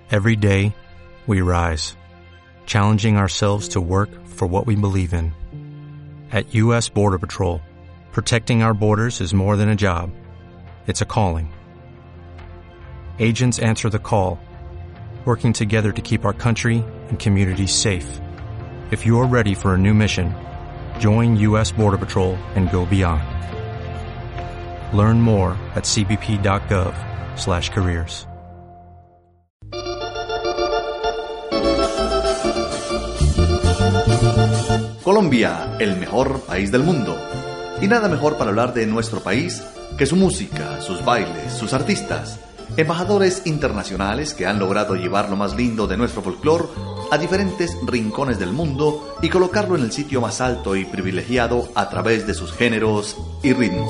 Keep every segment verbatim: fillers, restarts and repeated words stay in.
Every day, we rise, challenging ourselves to work for what we believe in. At U S Border Patrol, protecting our borders is more than a job. It's a calling. Agents answer the call, working together to keep our country and communities safe. If you are ready for a new mission, join U S Border Patrol and go beyond. Learn more at c b p dot gov slash careers. Colombia, el mejor país del mundo. Y nada mejor para hablar de nuestro país que su música, sus bailes, sus artistas, embajadores internacionales que han logrado llevar lo más lindo de nuestro folclore a diferentes rincones del mundo y colocarlo en el sitio más alto y privilegiado a través de sus géneros y ritmos.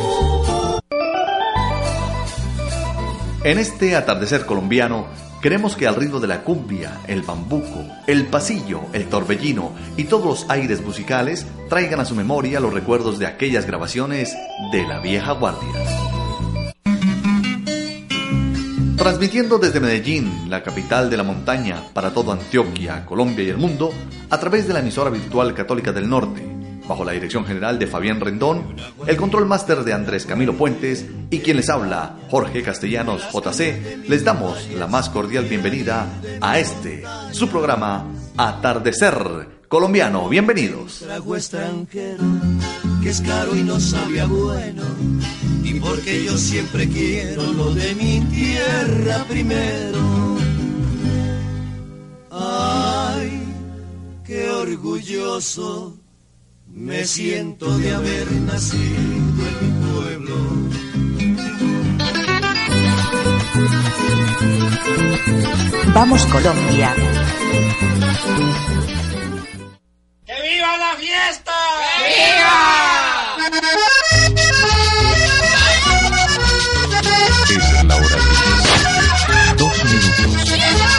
En este atardecer colombiano, queremos que al ritmo de la cumbia, el bambuco, el pasillo, el torbellino y todos los aires musicales traigan a su memoria los recuerdos de aquellas grabaciones de la vieja guardia. Transmitiendo desde Medellín, la capital de la montaña, para toda Antioquia, Colombia y el mundo, a través de la emisora virtual Católica del Norte, bajo la dirección general de Fabián Rendón, el control máster de Andrés Camilo Puentes y quien les habla, Jorge Castellanos J C, les damos la más cordial bienvenida a este, su programa Atardecer Colombiano. Bienvenidos. Trago extranjero, que es caro y no sabe a bueno, y porque yo siempre quiero lo de mi tierra primero. Ay, qué orgulloso me siento de haber nacido en mi pueblo. Vamos Colombia. ¡Que viva la fiesta! ¡Que viva! Es la hora de dos minutos.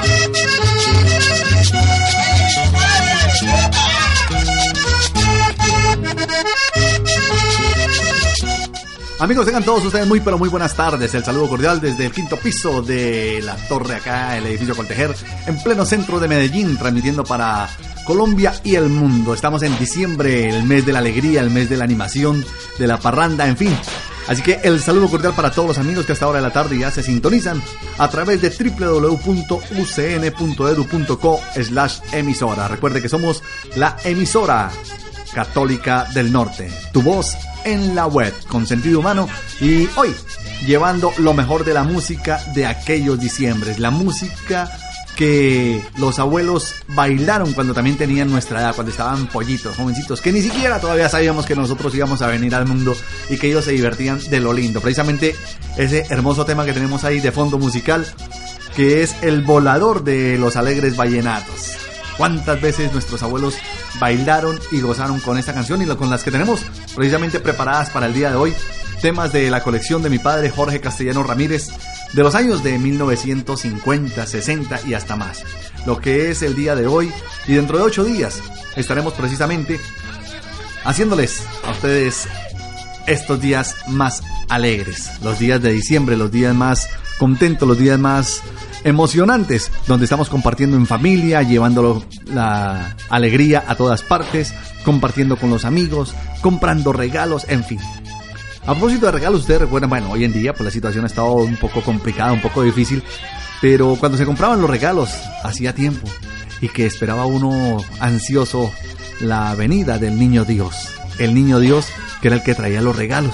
Amigos, tengan todos ustedes muy pero muy buenas tardes. El saludo cordial desde el quinto piso de la torre acá, el edificio Coltejer, en pleno centro de Medellín, transmitiendo para Colombia y el mundo. Estamos en diciembre, el mes de la alegría, el mes de la animación, de la parranda, en fin. Así que el saludo cordial para todos los amigos que hasta ahora de la tarde ya se sintonizan a través de w w w punto u c n punto e d u punto co slash emisora. Recuerde que somos la emisora Católica del Norte, tu voz en la web, con sentido humano, y hoy llevando lo mejor de la música de aquellos diciembres, la música que los abuelos bailaron cuando también tenían nuestra edad, cuando estaban pollitos, jovencitos, que ni siquiera todavía sabíamos que nosotros íbamos a venir al mundo y que ellos se divertían de lo lindo. Precisamente ese hermoso tema que tenemos ahí de fondo musical, que es El Volador de los Alegres Vallenatos. ¿Cuántas veces nuestros abuelos bailaron y gozaron con esta canción y con las que tenemos precisamente preparadas para el día de hoy? Temas de la colección de mi padre Jorge Castellanos Ramírez, de los años de mil novecientos cincuenta, sesenta y hasta más. Lo que es el día de hoy, y dentro de ocho días estaremos precisamente haciéndoles a ustedes estos días más alegres, los días de diciembre, los días más contentos, los días más emocionantes, donde estamos compartiendo en familia, llevando la alegría a todas partes, compartiendo con los amigos, comprando regalos, en fin. A propósito de regalos, ustedes recuerdan, bueno, hoy en día pues la situación ha estado un poco complicada, un poco difícil, pero cuando se compraban los regalos hacía tiempo y que esperaba uno ansioso la venida del niño Dios, el niño Dios que era el que traía los regalos.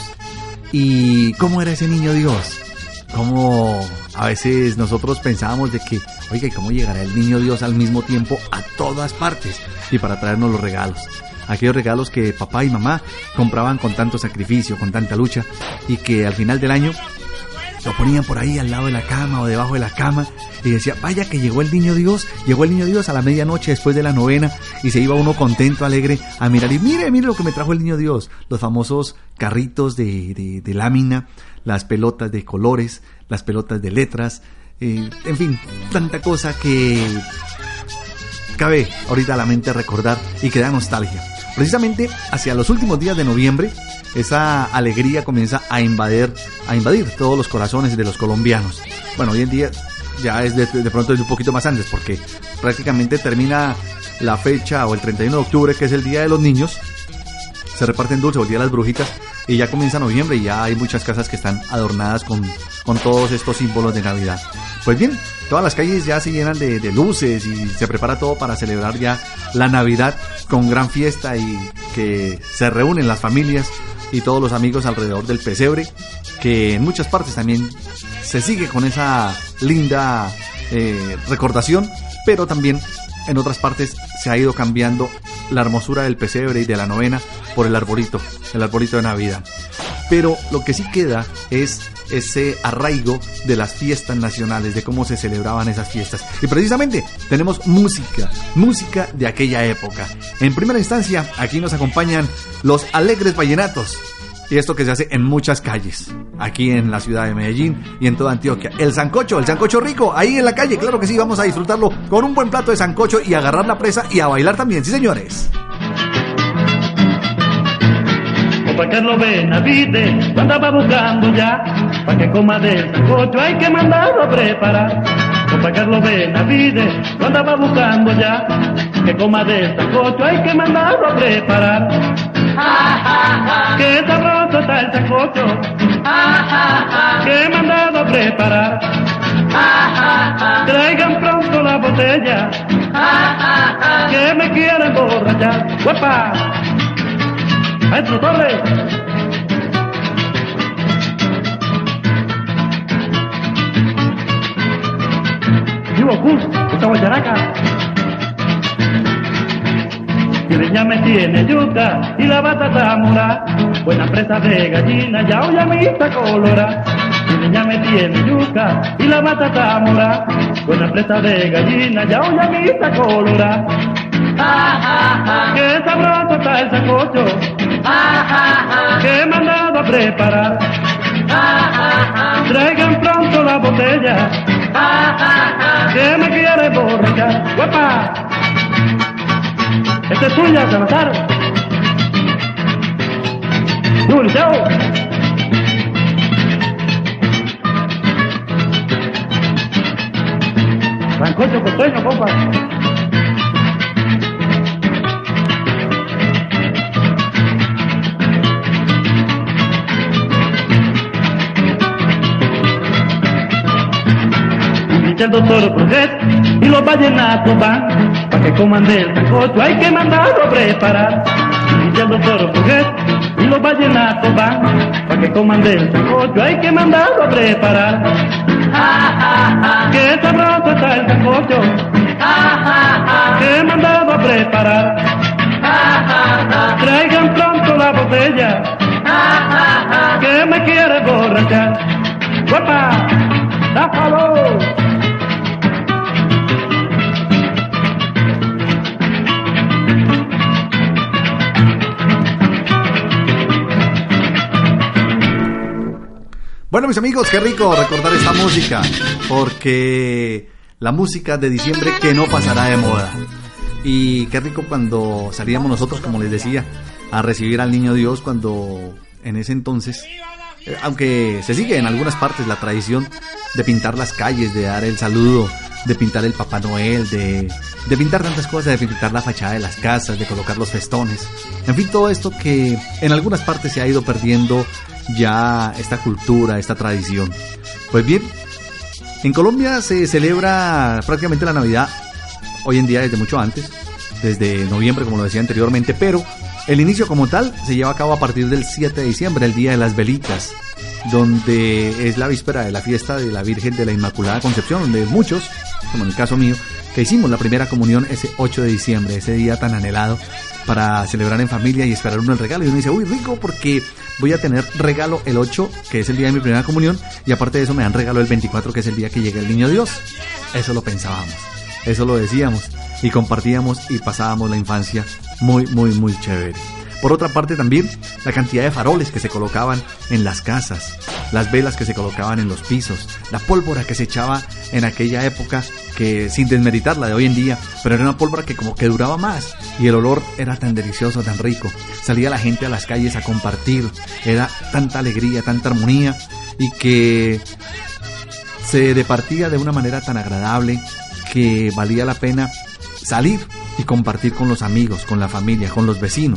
¿Y cómo era ese niño Dios? Como a veces nosotros pensábamos de que, oiga, ¿y cómo llegará el niño Dios al mismo tiempo a todas partes y para traernos los regalos? Aquellos regalos que papá y mamá compraban con tanto sacrificio, con tanta lucha, y que al final del año lo ponían por ahí al lado de la cama o debajo de la cama y decía, vaya que llegó el niño Dios, llegó el niño Dios a la medianoche después de la novena, y se iba uno contento, alegre a mirar y mire, mire lo que me trajo el niño Dios, los famosos carritos de, de, de lámina, las pelotas de colores, las pelotas de letras, eh, en fin, tanta cosa que cabe ahorita a la mente recordar y que da nostalgia. Precisamente hacia los últimos días de noviembre, esa alegría comienza a invadir, a invadir todos los corazones de los colombianos. Bueno, hoy en día ya es de, de pronto es un poquito más antes, porque prácticamente termina la fecha o el treinta y uno de octubre, que es el Día de los Niños, se reparten dulces, o el Día de las Brujitas, y ya comienza noviembre y ya hay muchas casas que están adornadas con, con todos estos símbolos de Navidad. Pues bien, todas las calles ya se llenan de, de luces y se prepara todo para celebrar ya la Navidad con gran fiesta, y que se reúnen las familias y todos los amigos alrededor del pesebre, que en muchas partes también se sigue con esa linda eh, recordación, pero también en otras partes se ha ido cambiando la hermosura del pesebre y de la novena por el arbolito, el arbolito de Navidad. Pero lo que sí queda es ese arraigo de las fiestas nacionales, de cómo se celebraban esas fiestas. Y precisamente tenemos música, música de aquella época. En primera instancia, aquí nos acompañan los Alegres Vallenatos. Y esto que se hace en muchas calles, aquí en la ciudad de Medellín y en toda Antioquia. El sancocho, el sancocho rico, ahí en la calle, claro que sí, vamos a disfrutarlo con un buen plato de sancocho y agarrar la presa y a bailar también, sí señores. Pa' que lo Benavides, lo andaba buscando ya, pa' que coma del sancocho hay que mandarlo a preparar. Pa' Carlos Benavides, lo andaba buscando ya, que coma del sancocho hay que mandarlo a preparar. Que sabroso está el sancocho, que he mandado a preparar. Traigan pronto la botella, que me quieren borrachar. ¡Guapa! ¡Maestro Torres! ¡Vivo Cus! ¡Esta guacharaca! Y leña me tiene yuca y la batata mora, buena presa de gallina, ya o llamita colora. Y leña me tiene yuca y la batata mora, buena presa de gallina, ya o llamita colora. ¡Qué sabroso está el sancocho! Que he mandado a preparar. Traigan pronto la botella, que me quiere borrachar. ¡Guapa! Esta es tuya, Salazar. ¡Dul, chao! Sancocho costeño, compa. El doctor Projet y los vallenatos van, pa' que coman del sancocho hay que mandarlo a preparar. Y el doctor Projet y los vallenatos van, pa' que coman del sancocho hay que mandarlo a preparar. Que sabroso está el sancocho, que he mandado a preparar. Traigan pronto la botella, que me quiere borrachar. ¡Guapa! ¡Dáfalo! Bueno, mis amigos, qué rico recordar esta música, porque la música de diciembre que no pasará de moda. Y qué rico cuando salíamos nosotros, como les decía, a recibir al Niño Dios, cuando en ese entonces, eh, aunque se sigue en algunas partes la tradición de pintar las calles, de dar el saludo, de pintar el Papá Noel, de, de pintar tantas cosas, de pintar la fachada de las casas, de colocar los festones, en fin, todo esto que en algunas partes se ha ido perdiendo ya esta cultura, esta tradición. Pues bien, en Colombia se celebra prácticamente la Navidad hoy en día desde mucho antes, desde noviembre, como lo decía anteriormente, pero el inicio como tal se lleva a cabo a partir del siete de diciembre, el Día de las Velitas, donde es la víspera de la fiesta de la Virgen de la Inmaculada Concepción, donde muchos, como en el caso mío, que hicimos la primera comunión ese ocho de diciembre, ese día tan anhelado para celebrar en familia y esperar uno el regalo. Y uno dice, uy, rico, porque voy a tener regalo el ocho, que es el día de mi primera comunión, y aparte de eso me dan regalo el veinticuatro, que es el día que llega el Niño Dios. Eso lo pensábamos, eso lo decíamos, y compartíamos y pasábamos la infancia muy, muy, muy chévere. Por otra parte también, la cantidad de faroles que se colocaban en las casas, las velas que se colocaban en los pisos, la pólvora que se echaba en aquella época, que sin desmeritar la de hoy en día, pero era una pólvora que como que duraba más, y el olor era tan delicioso, tan rico. Salía la gente a las calles a compartir, era tanta alegría, tanta armonía, y que se departía de una manera tan agradable que valía la pena salir y compartir con los amigos, con la familia, con los vecinos,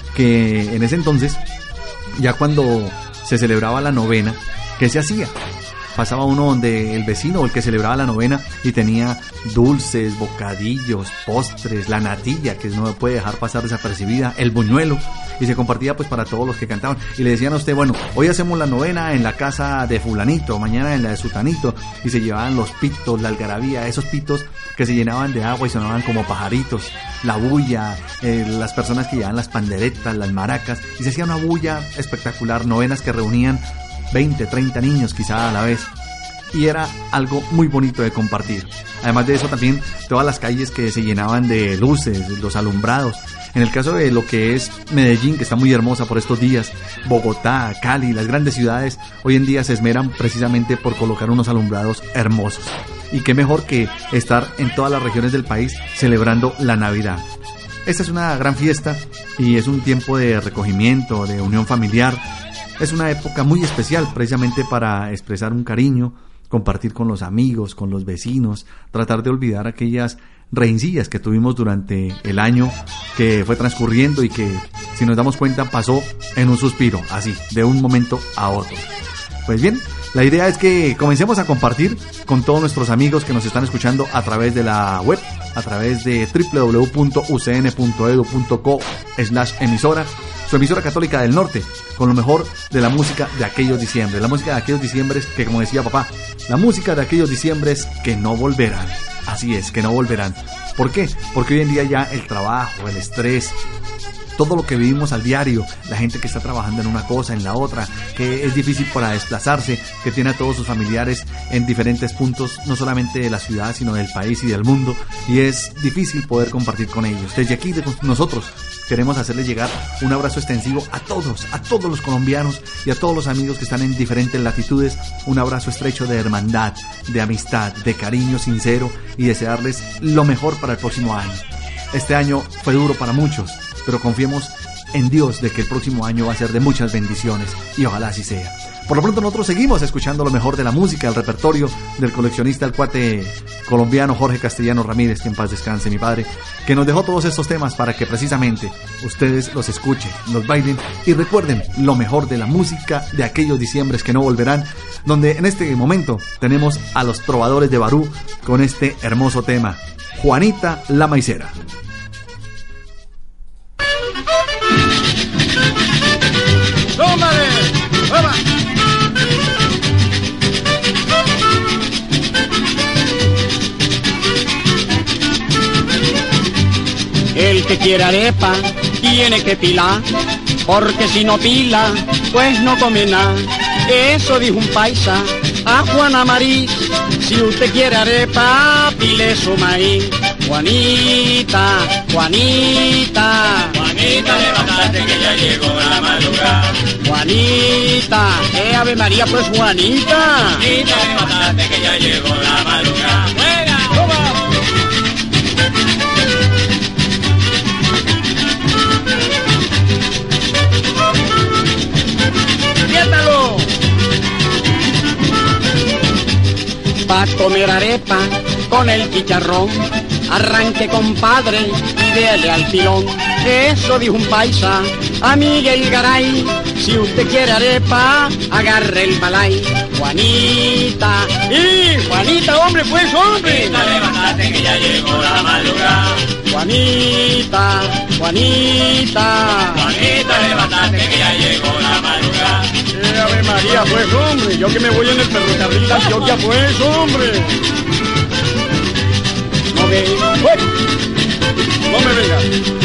que en ese entonces, ya cuando se celebraba la novena, ¿qué se hacía? Pasaba uno donde el vecino o el que celebraba la novena y tenía dulces, bocadillos, postres, la natilla que no puede dejar pasar desapercibida, el buñuelo, y se compartía pues para todos los que cantaban y le decían a usted, bueno, hoy hacemos la novena en la casa de fulanito, mañana en la de sutanito, y se llevaban los pitos, la algarabía, esos pitos que se llenaban de agua y sonaban como pajaritos, la bulla, eh, las personas que llevaban las panderetas, las maracas, y se hacía una bulla espectacular, novenas que reunían veinte, treinta niños quizá a la vez, y era algo muy bonito de compartir. Además de eso también todas las calles que se llenaban de luces, los alumbrados. En el caso de lo que es Medellín, que está muy hermosa por estos días, Bogotá, Cali, las grandes ciudades hoy en día se esmeran precisamente por colocar unos alumbrados hermosos. Y qué mejor que estar en todas las regiones del país celebrando la Navidad. Esta es una gran fiesta y es un tiempo de recogimiento, de unión familiar. Es una época muy especial precisamente para expresar un cariño, compartir con los amigos, con los vecinos, tratar de olvidar aquellas rencillas que tuvimos durante el año que fue transcurriendo y que, si nos damos cuenta, pasó en un suspiro, así, de un momento a otro. Pues bien, la idea es que comencemos a compartir con todos nuestros amigos que nos están escuchando a través de la web, a través de doble u doble u doble u punto u c n punto e d u punto co slash emisora, su emisora católica del norte, con lo mejor de la música de aquellos diciembres, la música de aquellos diciembres que, como decía papá, la música de aquellos diciembres que no volverán. Así es, que no volverán. ¿Por qué? Porque hoy en día ya el trabajo, el estrés, todo lo que vivimos al diario, la gente que está trabajando en una cosa, en la otra, que es difícil para desplazarse, que tiene a todos sus familiares en diferentes puntos, no solamente de la ciudad, sino del país y del mundo, y es difícil poder compartir con ellos. Desde aquí, de nosotros, queremos hacerles llegar un abrazo extensivo a todos, a todos los colombianos y a todos los amigos que están en diferentes latitudes, un abrazo estrecho de hermandad, de amistad, de cariño sincero y desearles lo mejor para el próximo año. Este año fue duro para muchos, pero confiemos en Dios de que el próximo año va a ser de muchas bendiciones y ojalá así sea. Por lo pronto nosotros seguimos escuchando lo mejor de la música, el repertorio del coleccionista, el cuate colombiano Jorge Castellano Ramírez, que en paz descanse mi padre, que nos dejó todos estos temas para que precisamente ustedes los escuchen, los bailen y recuerden lo mejor de la música de aquellos diciembres que no volverán, donde en este momento tenemos a los trovadores de Barú con este hermoso tema, Juanita la Maicera. ¡Tómale! ¡Toma! El que quiera arepa tiene que pilar, porque si no pila, pues no come nada. Eso dijo un paisa a Juana Marí. Si usted quiere arepa, pile su maíz. Juanita, Juanita, Juanita, levántate que ya llegó la madrugada. Juanita, eh, Ave María, pues Juanita. Juanita, levántate que ya llegó la madrugada. ¡Juega! ¡Toma! ¡Siéntalo! Pa' comer arepa con el chicharrón, arranque compadre y déle al pilón. Eso dijo un paisa a Miguel Garay. Si usted quiere arepa, agarre el palay. Juanita, y Juanita, hombre, pues hombre. Juanita, levántate que ya llegó la madrugada. Juanita, Juanita, Juanita, levántate que ya llegó la madrugada. Eh, Ave María, pues hombre, yo que me voy en el ferrocarril de Antioquia, pues hombre. No me, ¡uy! No me venga.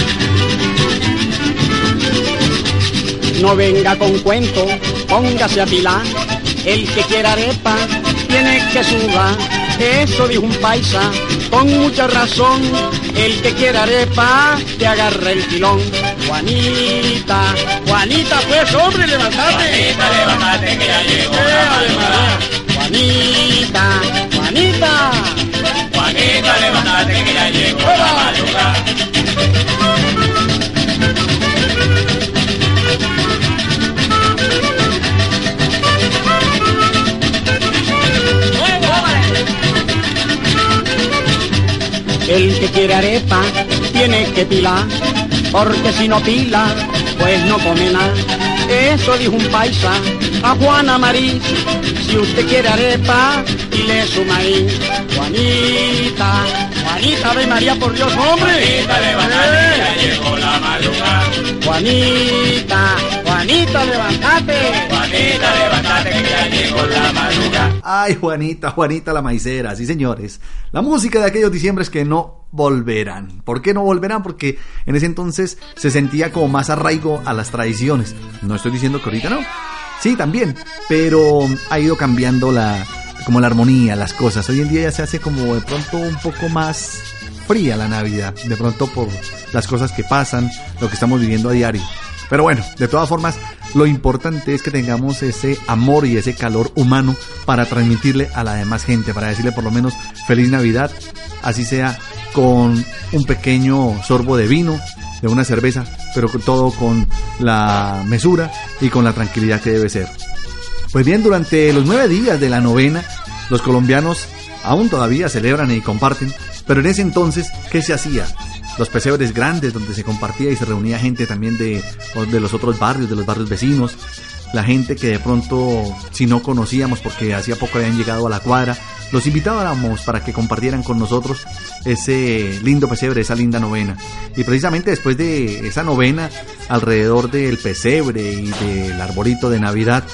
No venga con cuento, póngase a pilar. El que quiera arepa tiene que sudar. Eso dijo un paisa con mucha razón. El que quiera arepa te agarra el filón. Juanita, Juanita, pues hombre, levantate. Juanita, levántate que ya llegó la madrugada. Juanita, Juanita, Juanita, levántate que ya llegó la madrugada. El que quiere arepa tiene que pilar, porque si no pila, pues no come nada. Eso dijo un paisa a Juana Marí. Si usted quiere arepa, dile su maíz. Juanita, Juanita, Ave María, por Dios, hombre. Juanita, levántate, ya llegó la madrugada. Juanita, Juanita, levántate. Juanita, levántate, que ya llegó la madrugada. Ay, Juanita, Juanita la maicera, sí señores. La música de aquellos diciembres que no volverán. ¿Por qué no volverán? Porque en ese entonces se sentía como más arraigo a las tradiciones. No estoy diciendo que ahorita no. Sí, también, pero ha ido cambiando la, como la armonía, las cosas. Hoy en día ya se hace como de pronto un poco más fría la Navidad, de pronto por las cosas que pasan, lo que estamos viviendo a diario. Pero bueno, de todas formas, lo importante es que tengamos ese amor y ese calor humano para transmitirle a la demás gente, para decirle por lo menos feliz Navidad, así sea con un pequeño sorbo de vino, de una cerveza, pero todo con la mesura y con la tranquilidad que debe ser. Pues bien, durante los nueve días de la novena, los colombianos aún todavía celebran y comparten, pero en ese entonces, ¿qué se hacía? Los pesebres grandes donde se compartía y se reunía gente también de, de los otros barrios, de los barrios vecinos, la gente que de pronto, si no conocíamos porque hacía poco habían llegado a la cuadra, los invitábamos para que compartieran con nosotros ese lindo pesebre, esa linda novena. Y precisamente después de esa novena, alrededor del pesebre y del arbolito de Navidad,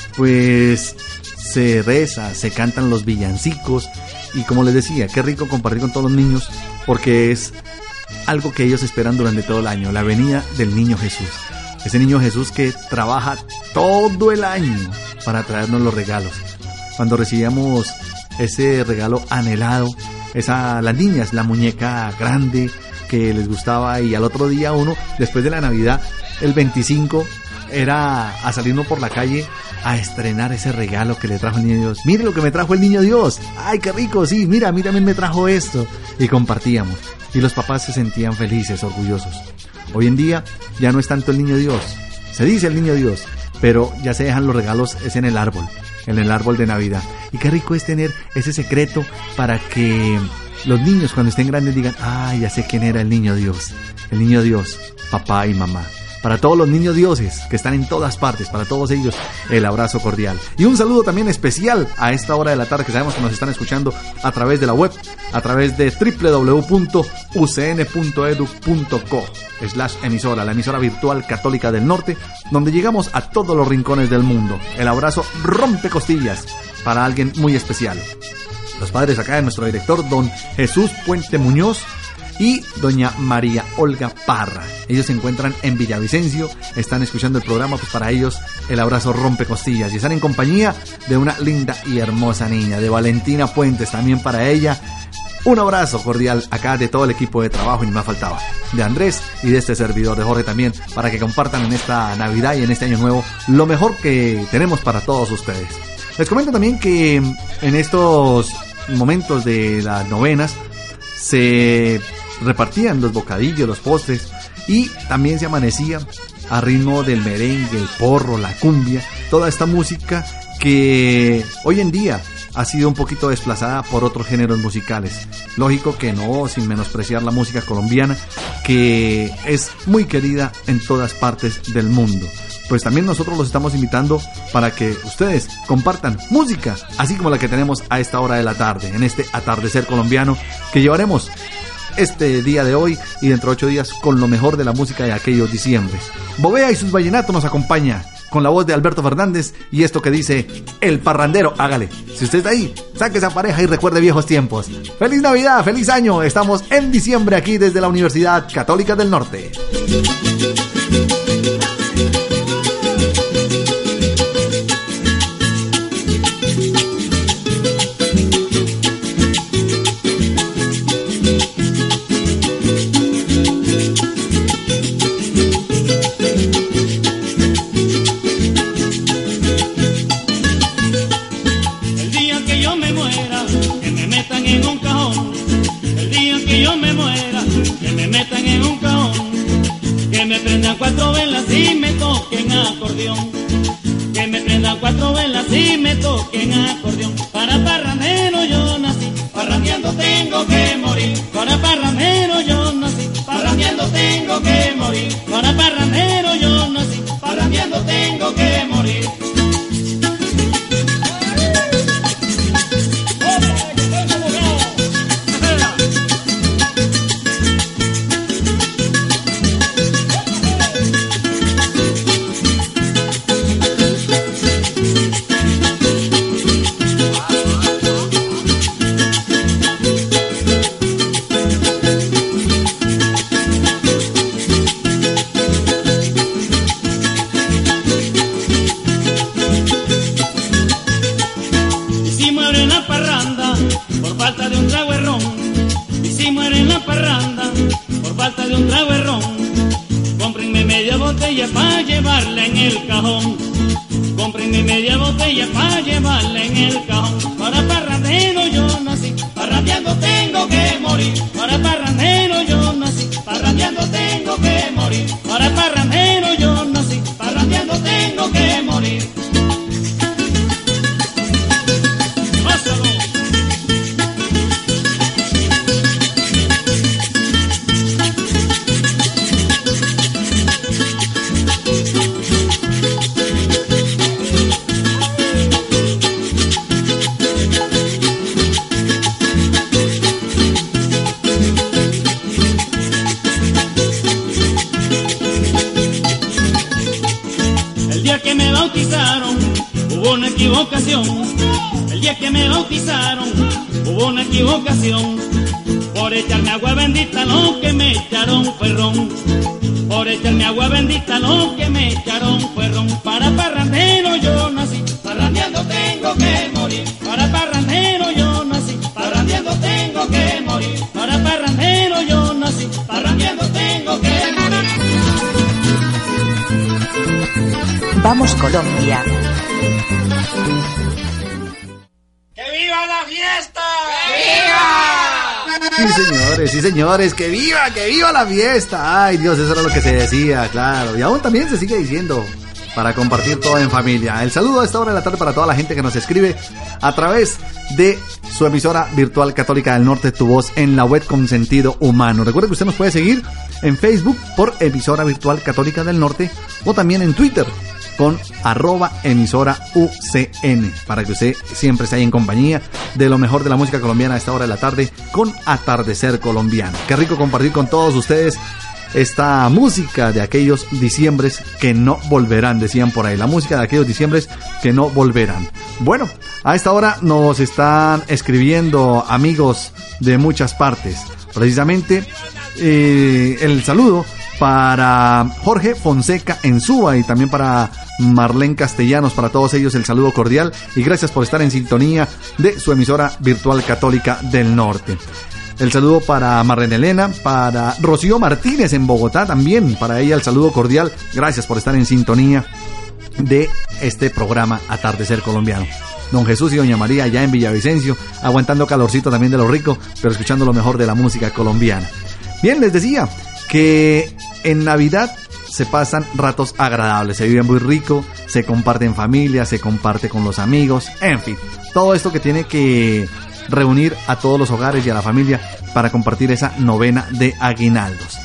pues se reza, se cantan los villancicos. Y como les decía, qué rico compartir con todos los niños, porque es algo que ellos esperan durante todo el año, la venida del niño Jesús. Ese niño Jesús que trabaja todo el año para traernos los regalos. Cuando recibíamos ese regalo anhelado, esa, las niñas, la muñeca grande que les gustaba, y al otro día uno, después de la Navidad, el veinticinco, era a salirnos por la calle a estrenar ese regalo que le trajo el niño Dios. Mire lo que me trajo el niño Dios. Ay, qué rico, sí, mira, a mí también me trajo esto. Y compartíamos. Y los papás se sentían felices, orgullosos. Hoy en día ya no es tanto el niño Dios. Se dice el niño Dios, pero ya se dejan los regalos, es en el árbol, en el árbol de Navidad. Y qué rico es tener ese secreto para que los niños cuando estén grandes digan: ay, ya sé quién era el niño Dios. El niño Dios, papá y mamá. Para todos los niños dioses que están en todas partes, para todos ellos, el abrazo cordial. Y un saludo también especial a esta hora de la tarde, que sabemos que nos están escuchando a través de la web, a través de doble u doble u doble u punto u c n punto e d u punto co slash emisora, la emisora virtual católica del norte, donde llegamos a todos los rincones del mundo. El abrazo rompe costillas para alguien muy especial. Los padres acá de nuestro director, don Jesús Puente Muñoz, y doña María Olga Parra. Ellos se encuentran en Villavicencio, están escuchando el programa, pues para ellos el abrazo rompe costillas, y están en compañía de una linda y hermosa niña, de Valentina Puentes, también para ella. Un abrazo cordial acá de todo el equipo de trabajo, y ni más faltaba, de Andrés y de este servidor, de Jorge también, para que compartan en esta Navidad y en este año nuevo lo mejor que tenemos para todos ustedes. Les comento también que en estos momentos de las novenas se repartían los bocadillos, los postres, y también se amanecía a ritmo del merengue, el porro, la cumbia, toda esta música que hoy en día ha sido un poquito desplazada por otros géneros musicales. Lógico que no, sin menospreciar la música colombiana, que es muy querida en todas partes del mundo. Pues también nosotros los estamos invitando para que ustedes compartan música, así como la que tenemos a esta hora de la tarde, en este atardecer colombiano que llevaremos este día de hoy y dentro de ocho días con lo mejor de la música de aquellos diciembres. Bovea y sus vallenatos nos acompaña con la voz de Alberto Fernández y esto que dice El Parrandero. Hágale, si usted está ahí, saque esa pareja y recuerde viejos tiempos. ¡Feliz Navidad! ¡Feliz año! Estamos en diciembre aquí desde la Universidad Católica del Norte. Cuatro velas y me toquen acordeón, que me prendan cuatro velas y me toquen acordeón. Para parrandero yo nací, parrandeando tengo que morir. Para un trago de ron. Cómprenme media botella pa' llevarla en el cajón. Cómprenme media botella pa' llevarla en el cajón. Para parrandero yo nací, parrandeando tengo que morir. Para parrandero yo nací, parrandeando tengo que morir. Para parrandero yo nací, parrandeando tengo que morir. ¡Pásalo! Hubo una equivocación, el día que me bautizaron, hubo una equivocación. Por echarme agua bendita lo que me echaron fue ron. Por echarme agua bendita lo que me echaron fue ron. Para parrandero yo nací, parrandeando tengo que morir. Para parrandero yo nací, parrandeando tengo que morir. Para parrandero yo nací, parrandeando tengo que morir. Vamos Colombia. ¡Que viva la fiesta! ¡Que viva! Sí, señores, sí, señores, que viva, que viva la fiesta. Ay, Dios, eso era lo que se decía, claro. Y aún también se sigue diciendo, para compartir todo en familia. El saludo a esta hora de la tarde para toda la gente que nos escribe a través de su emisora virtual Católica del Norte, tu voz en la web con sentido humano. Recuerde que usted nos puede seguir en Facebook por emisora virtual Católica del Norte o también en Twitter con arroba emisora U C N, para que usted siempre esté ahí en compañía de lo mejor de la música colombiana a esta hora de la tarde con Atardecer Colombiano. Qué rico compartir con todos ustedes esta música de aquellos diciembres que no volverán, decían por ahí, la música de aquellos diciembres que no volverán. Bueno, a esta hora nos están escribiendo amigos de muchas partes. Precisamente eh, el saludo para Jorge Fonseca en Suba y también para Marlene Castellanos, para todos ellos el saludo cordial y gracias por estar en sintonía de su emisora virtual Católica del Norte. El saludo para Marlene Elena, para Rocío Martínez en Bogotá también, para ella el saludo cordial, gracias por estar en sintonía de este programa Atardecer Colombiano. Don Jesús y Doña María allá en Villavicencio, aguantando calorcito también de lo rico, pero escuchando lo mejor de la música colombiana. Bien, les decía que en Navidad se pasan ratos agradables, se vive muy rico, se comparte en familia, se comparte con los amigos, en fin, todo esto que tiene que reunir a todos los hogares y a la familia para compartir esa novena de aguinaldos.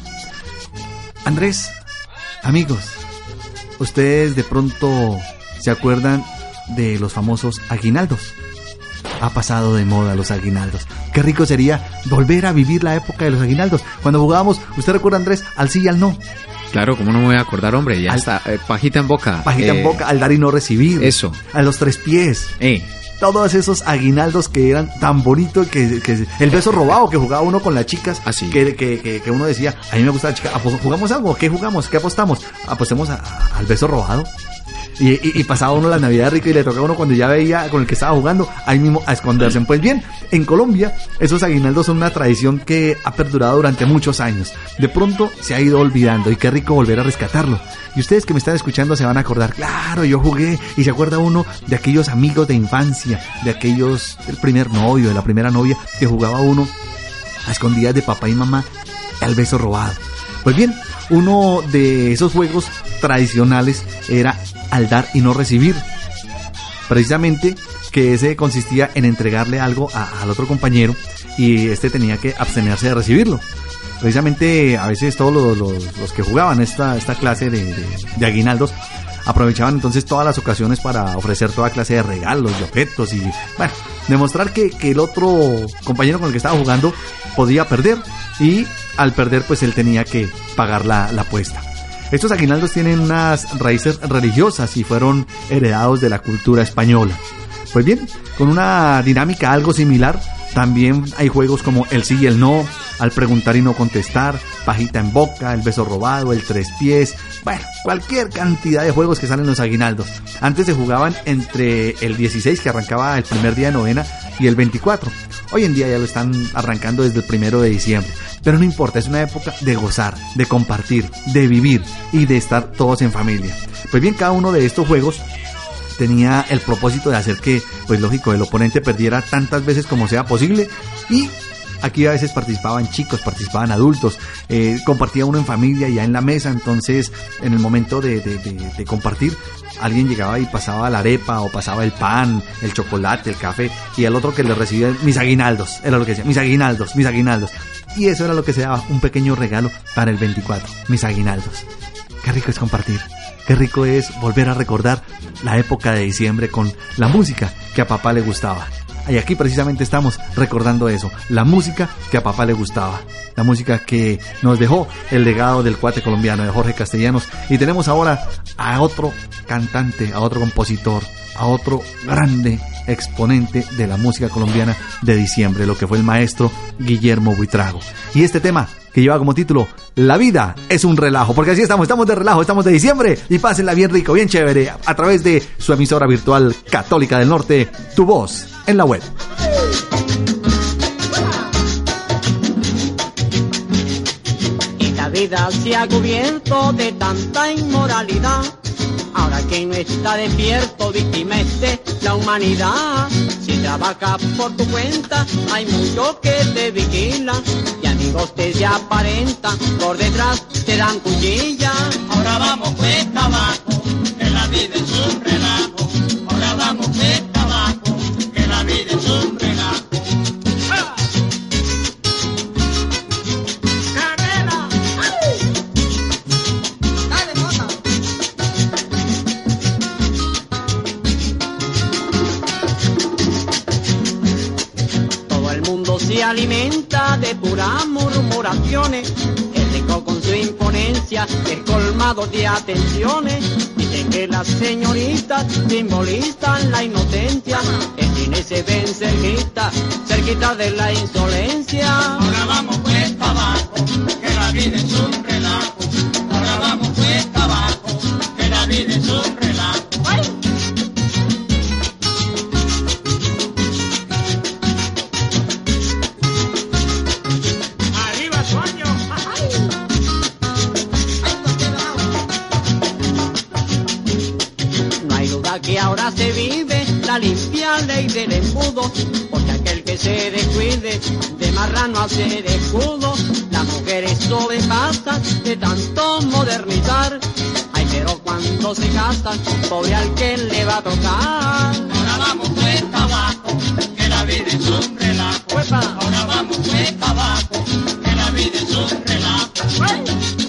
Andrés, amigos, ¿ustedes de pronto se acuerdan de los famosos aguinaldos? Ha pasado de moda los aguinaldos. Qué rico sería volver a vivir la época de los aguinaldos. Cuando jugábamos, ¿usted recuerda, Andrés, al sí y al no? Claro, ¿cómo no me voy a acordar, hombre? Ya al, está, eh, pajita en boca. Pajita eh, en boca, al dar y no recibir. Eso. A los tres pies. Eh. Todos esos aguinaldos que eran tan bonitos, que, que el beso robado que jugaba uno con las chicas, así que, que, que, que uno decía, a mí me gusta la chica, ¿jugamos algo? ¿Qué jugamos? ¿Qué apostamos? Apostemos a, a, al beso robado. Y, y, y pasaba uno la Navidad rica y le tocaba a uno cuando ya veía con el que estaba jugando, ahí mismo a esconderse. Pues bien, en Colombia esos aguinaldos son una tradición que ha perdurado durante muchos años. De pronto se ha ido olvidando y qué rico volver a rescatarlo. Y ustedes que me están escuchando se van a acordar, claro, yo jugué, y se acuerda uno de aquellos amigos de infancia, de aquellos, del primer novio, de la primera novia, que jugaba uno a escondidas de papá y mamá al beso robado. Pues bien, uno de esos juegos tradicionales era al dar y no recibir. Precisamente que ese consistía en entregarle algo a, al otro compañero y este tenía que abstenerse de recibirlo. Precisamente a veces todos los, los, los que jugaban esta, esta clase de, de, de aguinaldos aprovechaban entonces todas las ocasiones para ofrecer toda clase de regalos y objetos y, bueno, demostrar que, que el otro compañero con el que estaba jugando podía perder y al perder pues él tenía que pagar la, la apuesta. Estos aguinaldos tienen unas raíces religiosas y fueron heredados de la cultura española. Pues bien, con una dinámica algo similar, también hay juegos como el sí y el no, al preguntar y no contestar, pajita en boca, el beso robado, el tres pies, bueno, cualquier cantidad de juegos que salen en los aguinaldos. Antes se jugaban entre el dieciséis, que arrancaba el primer día de novena, y el veinticuatro. Hoy en día ya lo están arrancando desde el primero de diciembre, pero no importa, es una época de gozar, de compartir, de vivir y de estar todos en familia. Pues bien, cada uno de estos juegos tenía el propósito de hacer que, pues lógico, el oponente perdiera tantas veces como sea posible, y aquí a veces participaban chicos, participaban adultos, eh, compartía uno en familia ya en la mesa. Entonces en el momento de, de, de, de compartir, alguien llegaba y pasaba la arepa o pasaba el pan, el chocolate, el café, y el otro que le recibía mis aguinaldos, era lo que decía, mis aguinaldos, mis aguinaldos, y eso era lo que se daba, un pequeño regalo para el veinticuatro, mis aguinaldos. Qué rico es compartir. Qué rico es volver a recordar la época de diciembre con la música que a papá le gustaba. Y aquí precisamente estamos recordando eso, la música que a papá le gustaba, la música que nos dejó el legado del cuate colombiano de Jorge Castellanos. Y tenemos ahora a otro cantante, a otro compositor, a otro grande exponente de la música colombiana de diciembre, lo que fue el maestro Guillermo Buitrago. Y este tema que lleva como título La vida es un relajo, porque así estamos, estamos de relajo, estamos de diciembre, y pásenla bien rico, bien chévere, a través de su emisora virtual Católica del Norte, Tu Voz en la Web. Esta vida se ha cubierto de tanta inmoralidad. Ahora que no está despierto, víctima es de la humanidad. Si trabajas por tu cuenta, hay muchos que te vigilan, y amigos te se aparentan, por detrás te dan cuchilla. Ahora vamos cuesta abajo, que la vida es un relajo. Ahora vamos cuesta abajo, que la vida es un relajo. Se alimenta de puras murmuraciones, el rico con su imponencia es colmado de atenciones. Dicen que las señoritas simbolizan la inocencia, el cine se ven cerquita, cerquita de la insolencia. Ahora vamos cuesta abajo, que la vida es un relajo. Ahora vamos cuesta abajo, que la vida es un relajo. ¡Ay! Que ahora se vive la limpia ley del embudo, porque aquel que se descuide de marrano hace de escudo. Las mujeres sobrepasan de tanto modernizar, ay, pero cuando se casan, pobre al que le va a tocar. Ahora vamos cuesta abajo, que la vida es un relajo. ¡Uepa! Ahora vamos cuesta abajo, que la vida es un relajo. ¡Ay!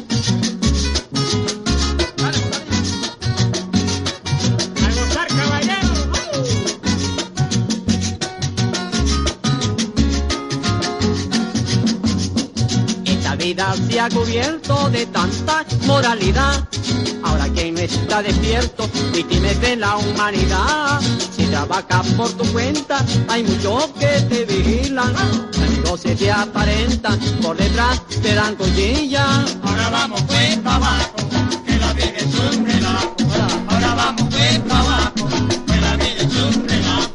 La vida se ha cubierto de tanta moralidad. Ahora quien no está despierto, víctima de la humanidad. Si trabajas por tu cuenta, hay muchos que te vigilan, amigos se te aparentan, por detrás te dan cuchilla. Ahora vamos cuesta abajo, que la vida es un relajo. Ahora vamos cuesta abajo, que la vida es un relajo.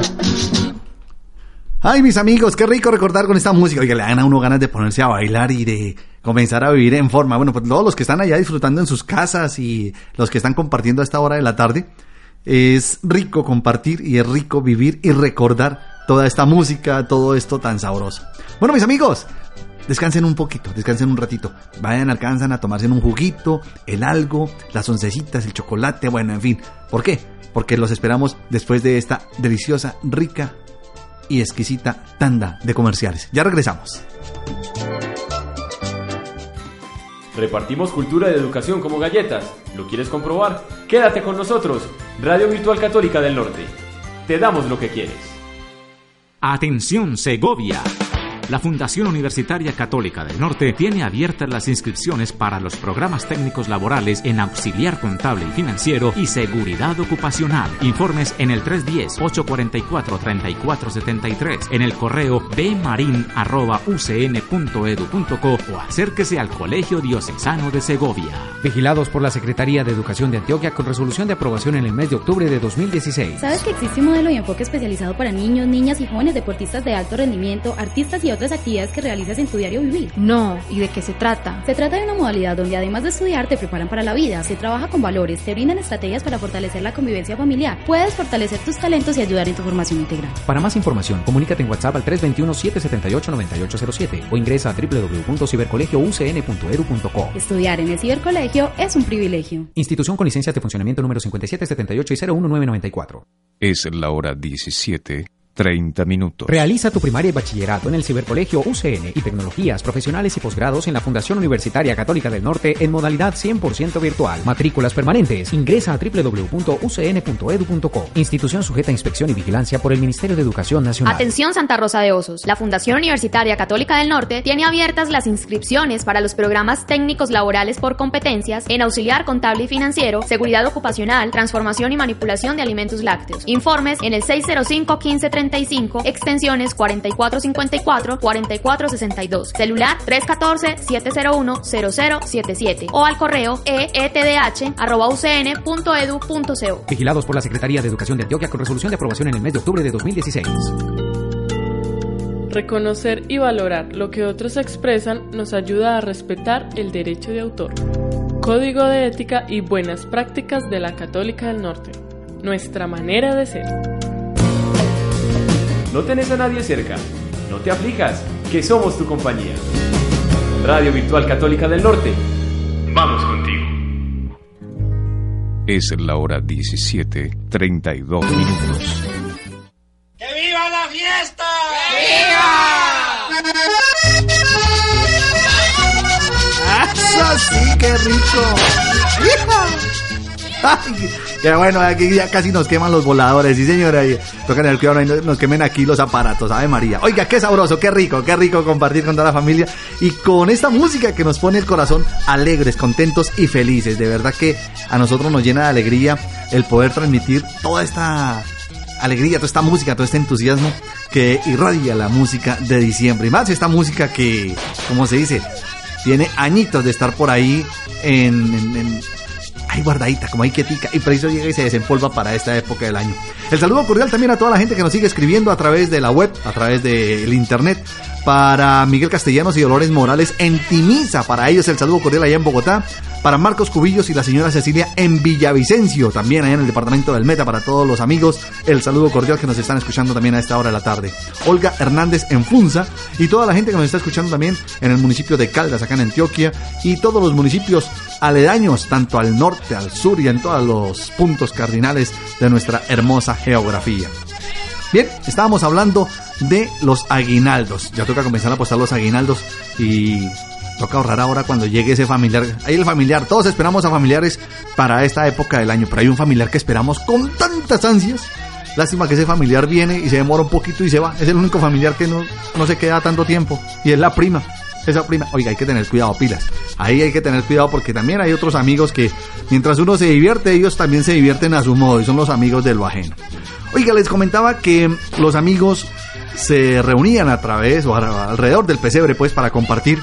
Ay, mis amigos, qué rico recordar con esta música. Oiga, le dan a uno ganas de ponerse a bailar y de comenzar a vivir en forma. Bueno, pues todos los que están allá disfrutando en sus casas y los que están compartiendo a esta hora de la tarde, es rico compartir y es rico vivir y recordar toda esta música, todo esto tan sabroso. Bueno, mis amigos, descansen un poquito, descansen un ratito. Vayan, alcanzan a tomarse un juguito, el algo, las oncecitas, el chocolate, bueno, en fin. ¿Por qué? Porque los esperamos después de esta deliciosa, rica y exquisita tanda de comerciales. Ya regresamos. Repartimos cultura y educación como galletas. ¿Lo quieres comprobar? Quédate con nosotros. Radio Virtual Católica del Norte. Te damos lo que quieres. Atención, Segovia. La Fundación Universitaria Católica del Norte tiene abiertas las inscripciones para los programas técnicos laborales en auxiliar contable y financiero y seguridad ocupacional. Informes en el tres uno cero, ocho cuatro cuatro, tres cuatro siete tres, en el correo b marin arroba u c n punto edu punto co o acérquese al Colegio Diocesano de Segovia. Vigilados por la Secretaría de Educación de Antioquia con resolución de aprobación en el mes de octubre de dos mil dieciséis. ¿Sabes que existe un modelo y enfoque especializado para niños, niñas y jóvenes deportistas de alto rendimiento, artistas y otras actividades que realizas en tu diario vivir? No, ¿y de qué se trata? Se trata de una modalidad donde además de estudiar te preparan para la vida, se trabaja con valores, te brindan estrategias para fortalecer la convivencia familiar, puedes fortalecer tus talentos y ayudar en tu formación integral. Para más información, comunícate en WhatsApp al tres dos uno, siete siete ocho, nueve ocho cero siete o ingresa a doble u doble u doble u punto cibercolegio u c n punto edu punto co. Estudiar en el cibercolegio es un privilegio. Institución con licencias de funcionamiento número cincuenta y siete setenta y ocho y cero uno nueve noventa y cuatro. Es la hora diecisiete, treinta minutos. Realiza tu primaria y bachillerato en el Cibercolegio U C N y tecnologías profesionales y posgrados en la Fundación Universitaria Católica del Norte en modalidad cien por ciento virtual. Matrículas permanentes. Ingresa a doble u doble u doble u punto u c n punto edu punto co. Institución sujeta a inspección y vigilancia por el Ministerio de Educación Nacional. Atención Santa Rosa de Osos. La Fundación Universitaria Católica del Norte tiene abiertas las inscripciones para los programas técnicos laborales por competencias en auxiliar contable y financiero, seguridad ocupacional, transformación y manipulación de alimentos lácteos. Informes en el seis cero cinco, quince treinta y cinco, extensiones cuarenta y cuatro cincuenta y cuatro, cuarenta y cuatro sesenta y dos, celular tres uno cuatro, siete cero uno, cero cero siete siete o al correo e e t d h arroba u c n punto edu punto co. Vigilados por la Secretaría de Educación de Antioquia con resolución de aprobación en el mes de octubre de dos mil dieciséis. Reconocer y valorar lo que otros expresan nos ayuda a respetar el derecho de autor. Código de ética y buenas prácticas de la Católica del Norte. Nuestra manera de ser. ¿No tenés a nadie cerca? No te aflijas, que somos tu compañía. Radio Virtual Católica del Norte. Vamos contigo. Es la hora diecisiete, treinta y dos minutos. ¡Que viva la fiesta! ¡Que viva! ¡Ah, sí, qué rico! Ay, qué bueno, aquí ya casi nos queman los voladores, sí señora, tocan el cuidado, no nos quemen aquí los aparatos, Ave María. Oiga, qué sabroso, qué rico, qué rico compartir con toda la familia y con esta música que nos pone el corazón alegres, contentos y felices. De verdad que a nosotros nos llena de alegría el poder transmitir toda esta alegría, toda esta música, todo este entusiasmo que irradia la música de diciembre. Y más esta música que, como se dice, tiene añitos de estar por ahí en... en, en ahí guardadita, como ahí quietica, y preciso llega y se desempolva para esta época del año. El saludo cordial también a toda la gente que nos sigue escribiendo a través de la web, a través del internet. Para Miguel Castellanos y Dolores Morales en Timiza, para ellos el saludo cordial allá en Bogotá. Para Marcos Cubillos y la señora Cecilia en Villavicencio, también allá en el departamento del Meta. Para todos los amigos, el saludo cordial que nos están escuchando también a esta hora de la tarde. Olga Hernández en Funza y toda la gente que nos está escuchando también en el municipio de Caldas, acá en Antioquia, y todos los municipios aledaños, tanto al norte, al sur y en todos los puntos cardinales de nuestra hermosa geografía. Bien, estábamos hablando de los aguinaldos. Ya toca comenzar a apostar los aguinaldos y toca ahorrar ahora cuando llegue ese familiar. Ahí el familiar, todos esperamos a familiares para esta época del año, pero hay un familiar que esperamos con tantas ansias. Lástima que ese familiar viene y se demora un poquito y se va. Es el único familiar que no, no se queda tanto tiempo y es la prima. Esa prima, oiga, hay que tener cuidado, pilas. Ahí hay que tener cuidado porque también hay otros amigos que mientras uno se divierte, ellos también se divierten a su modo y son los amigos de lo ajeno. Oiga, les comentaba que los amigos se reunían a través o alrededor del pesebre, pues, para compartir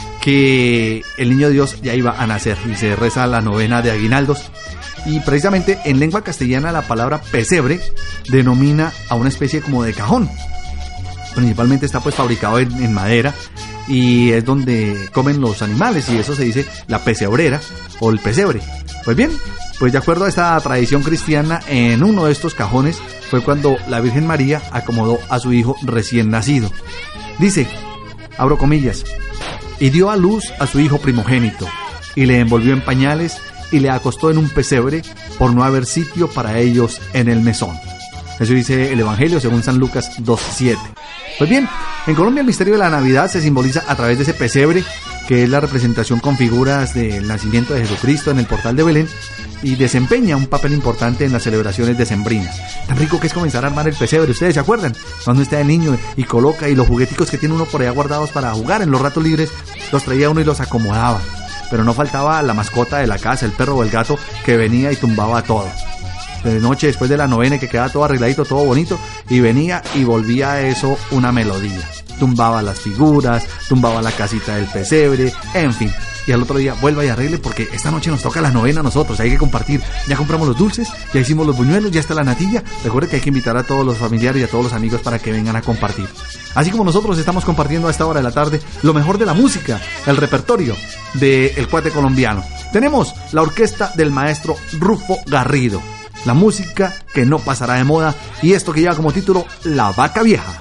que el niño Dios ya iba a nacer y se reza la novena de aguinaldos. Y precisamente en lengua castellana la palabra pesebre denomina a una especie como de cajón. Principalmente está pues fabricado en, en madera y es donde comen los animales y eso se dice la pesebrera o el pesebre. Pues bien, pues de acuerdo a esta tradición cristiana, en uno de estos cajones fue cuando la Virgen María acomodó a su hijo recién nacido. Dice, abro comillas, y dio a luz a su hijo primogénito y le envolvió en pañales y le acostó en un pesebre por no haber sitio para ellos en el mesón. Eso dice el Evangelio según San Lucas dos siete. Pues bien, en Colombia el misterio de la Navidad se simboliza a través de ese pesebre que es la representación con figuras del nacimiento de Jesucristo en el portal de Belén, y desempeña un papel importante en las celebraciones decembrinas. Tan rico que es comenzar a armar el pesebre, ¿ustedes se acuerdan? Cuando está el niño y coloca, y los jugueticos que tiene uno por allá guardados para jugar en los ratos libres, los traía uno y los acomodaba. Pero no faltaba la mascota de la casa, el perro o el gato, que venía y tumbaba todo. De noche, después de la novena, que quedaba todo arregladito, todo bonito, y venía y volvía a eso una melodía. Tumbaba las figuras, tumbaba la casita del pesebre, en fin. Y al otro día vuelva y arregle, porque esta noche nos toca la novena a nosotros, hay que compartir. Ya compramos los dulces, ya hicimos los buñuelos, ya está la natilla. Recuerde que hay que invitar a todos los familiares y a todos los amigos para que vengan a compartir. Así como nosotros estamos compartiendo a esta hora de la tarde lo mejor de la música, el repertorio del Cuate Colombiano. Tenemos la orquesta del maestro Rufo Garrido, la música que no pasará de moda, y esto que lleva como título La Vaca Vieja.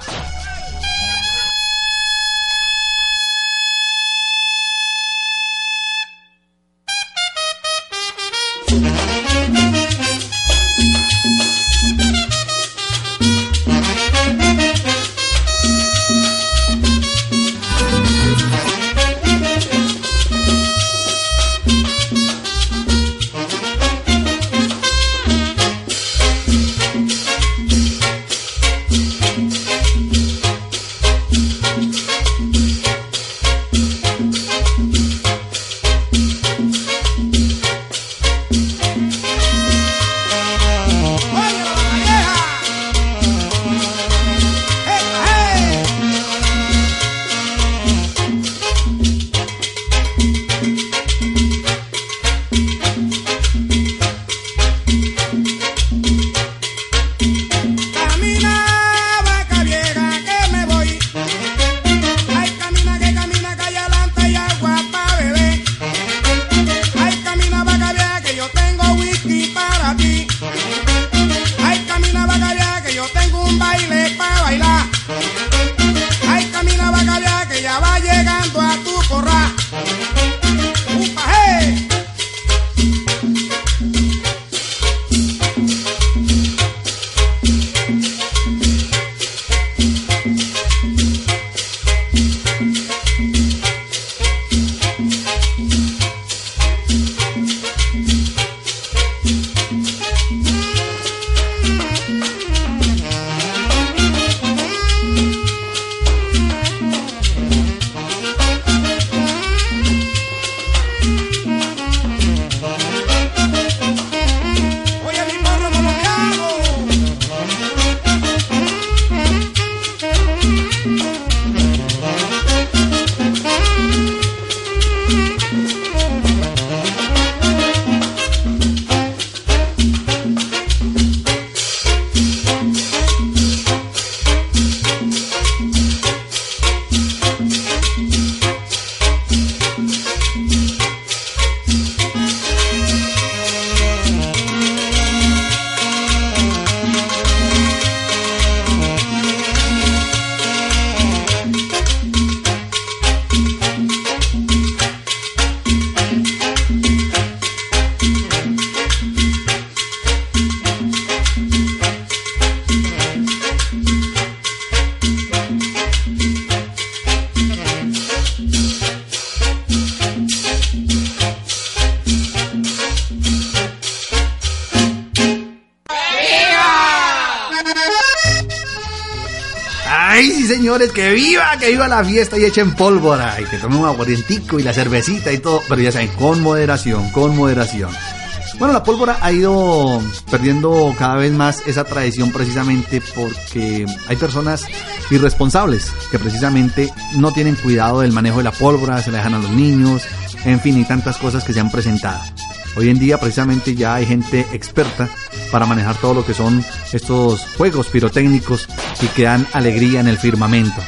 Ay, sí, señores, que viva, que viva la fiesta y echen pólvora y que tomen un aguardientico y la cervecita y todo, pero ya saben, con moderación, con moderación. Bueno, la pólvora ha ido perdiendo cada vez más esa tradición precisamente porque hay personas irresponsables que precisamente no tienen cuidado del manejo de la pólvora, se la dejan a los niños, en fin, y tantas cosas que se han presentado. Hoy en día precisamente ya hay gente experta para manejar todo lo que son estos juegos pirotécnicos y que dan alegría en el firmamento.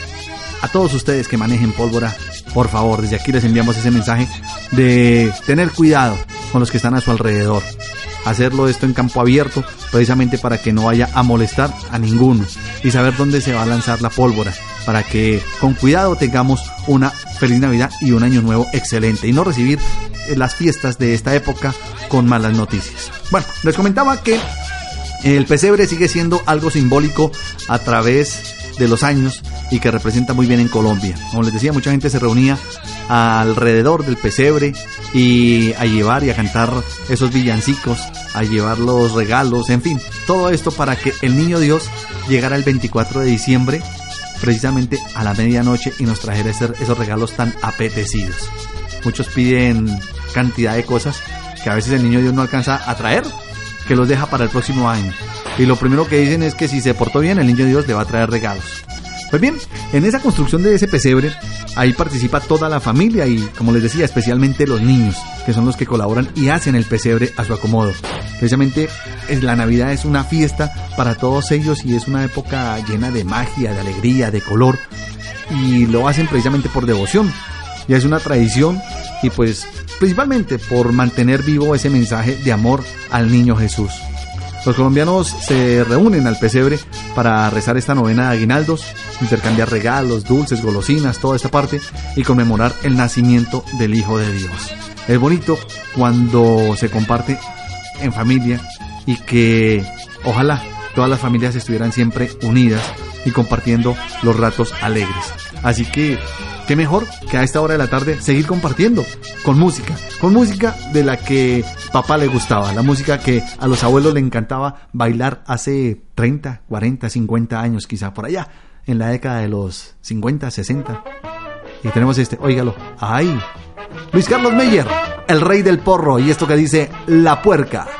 A todos ustedes que manejen pólvora, por favor, desde aquí les enviamos ese mensaje de tener cuidado con los que están a su alrededor. Hacerlo esto en campo abierto, precisamente para que no vaya a molestar a ninguno. Y saber dónde se va a lanzar la pólvora, para que con cuidado tengamos una feliz Navidad y un año nuevo excelente. Y no recibir las fiestas de esta época con malas noticias. Bueno, les comentaba que el pesebre sigue siendo algo simbólico a través de los años y que representa muy bien en Colombia. Como les decía, mucha gente se reunía alrededor del pesebre y a llevar y a cantar esos villancicos, a llevar los regalos, en fin, todo esto para que el niño Dios llegara el veinticuatro de diciembre precisamente a la medianoche y nos trajera esos regalos tan apetecidos. Muchos piden cantidad de cosas que a veces el niño Dios no alcanza a traer, que los deja para el próximo año. Y lo primero que dicen es que si se portó bien, el niño Dios le va a traer regalos. Pues bien, en esa construcción de ese pesebre, ahí participa toda la familia y, como les decía, especialmente los niños, que son los que colaboran y hacen el pesebre a su acomodo. Precisamente la Navidad es una fiesta para todos ellos y es una época llena de magia, de alegría, de color, y lo hacen precisamente por devoción. Ya es una tradición y pues principalmente por mantener vivo ese mensaje de amor al niño Jesús. Los colombianos se reúnen al pesebre para rezar esta novena de aguinaldos, intercambiar regalos, dulces, golosinas, toda esta parte y conmemorar el nacimiento del Hijo de Dios. Es bonito cuando se comparte en familia y que ojalá todas las familias estuvieran siempre unidas y compartiendo los ratos alegres. Así que qué mejor que a esta hora de la tarde seguir compartiendo con música, con música de la que papá le gustaba, la música que a los abuelos le encantaba bailar hace treinta, cuarenta, cincuenta años, quizá por allá, en la década de los cincuenta, sesenta. Y tenemos este, óigalo, ¡ay! Luis Carlos Meyer, el rey del porro, y esto que dice La Puerca.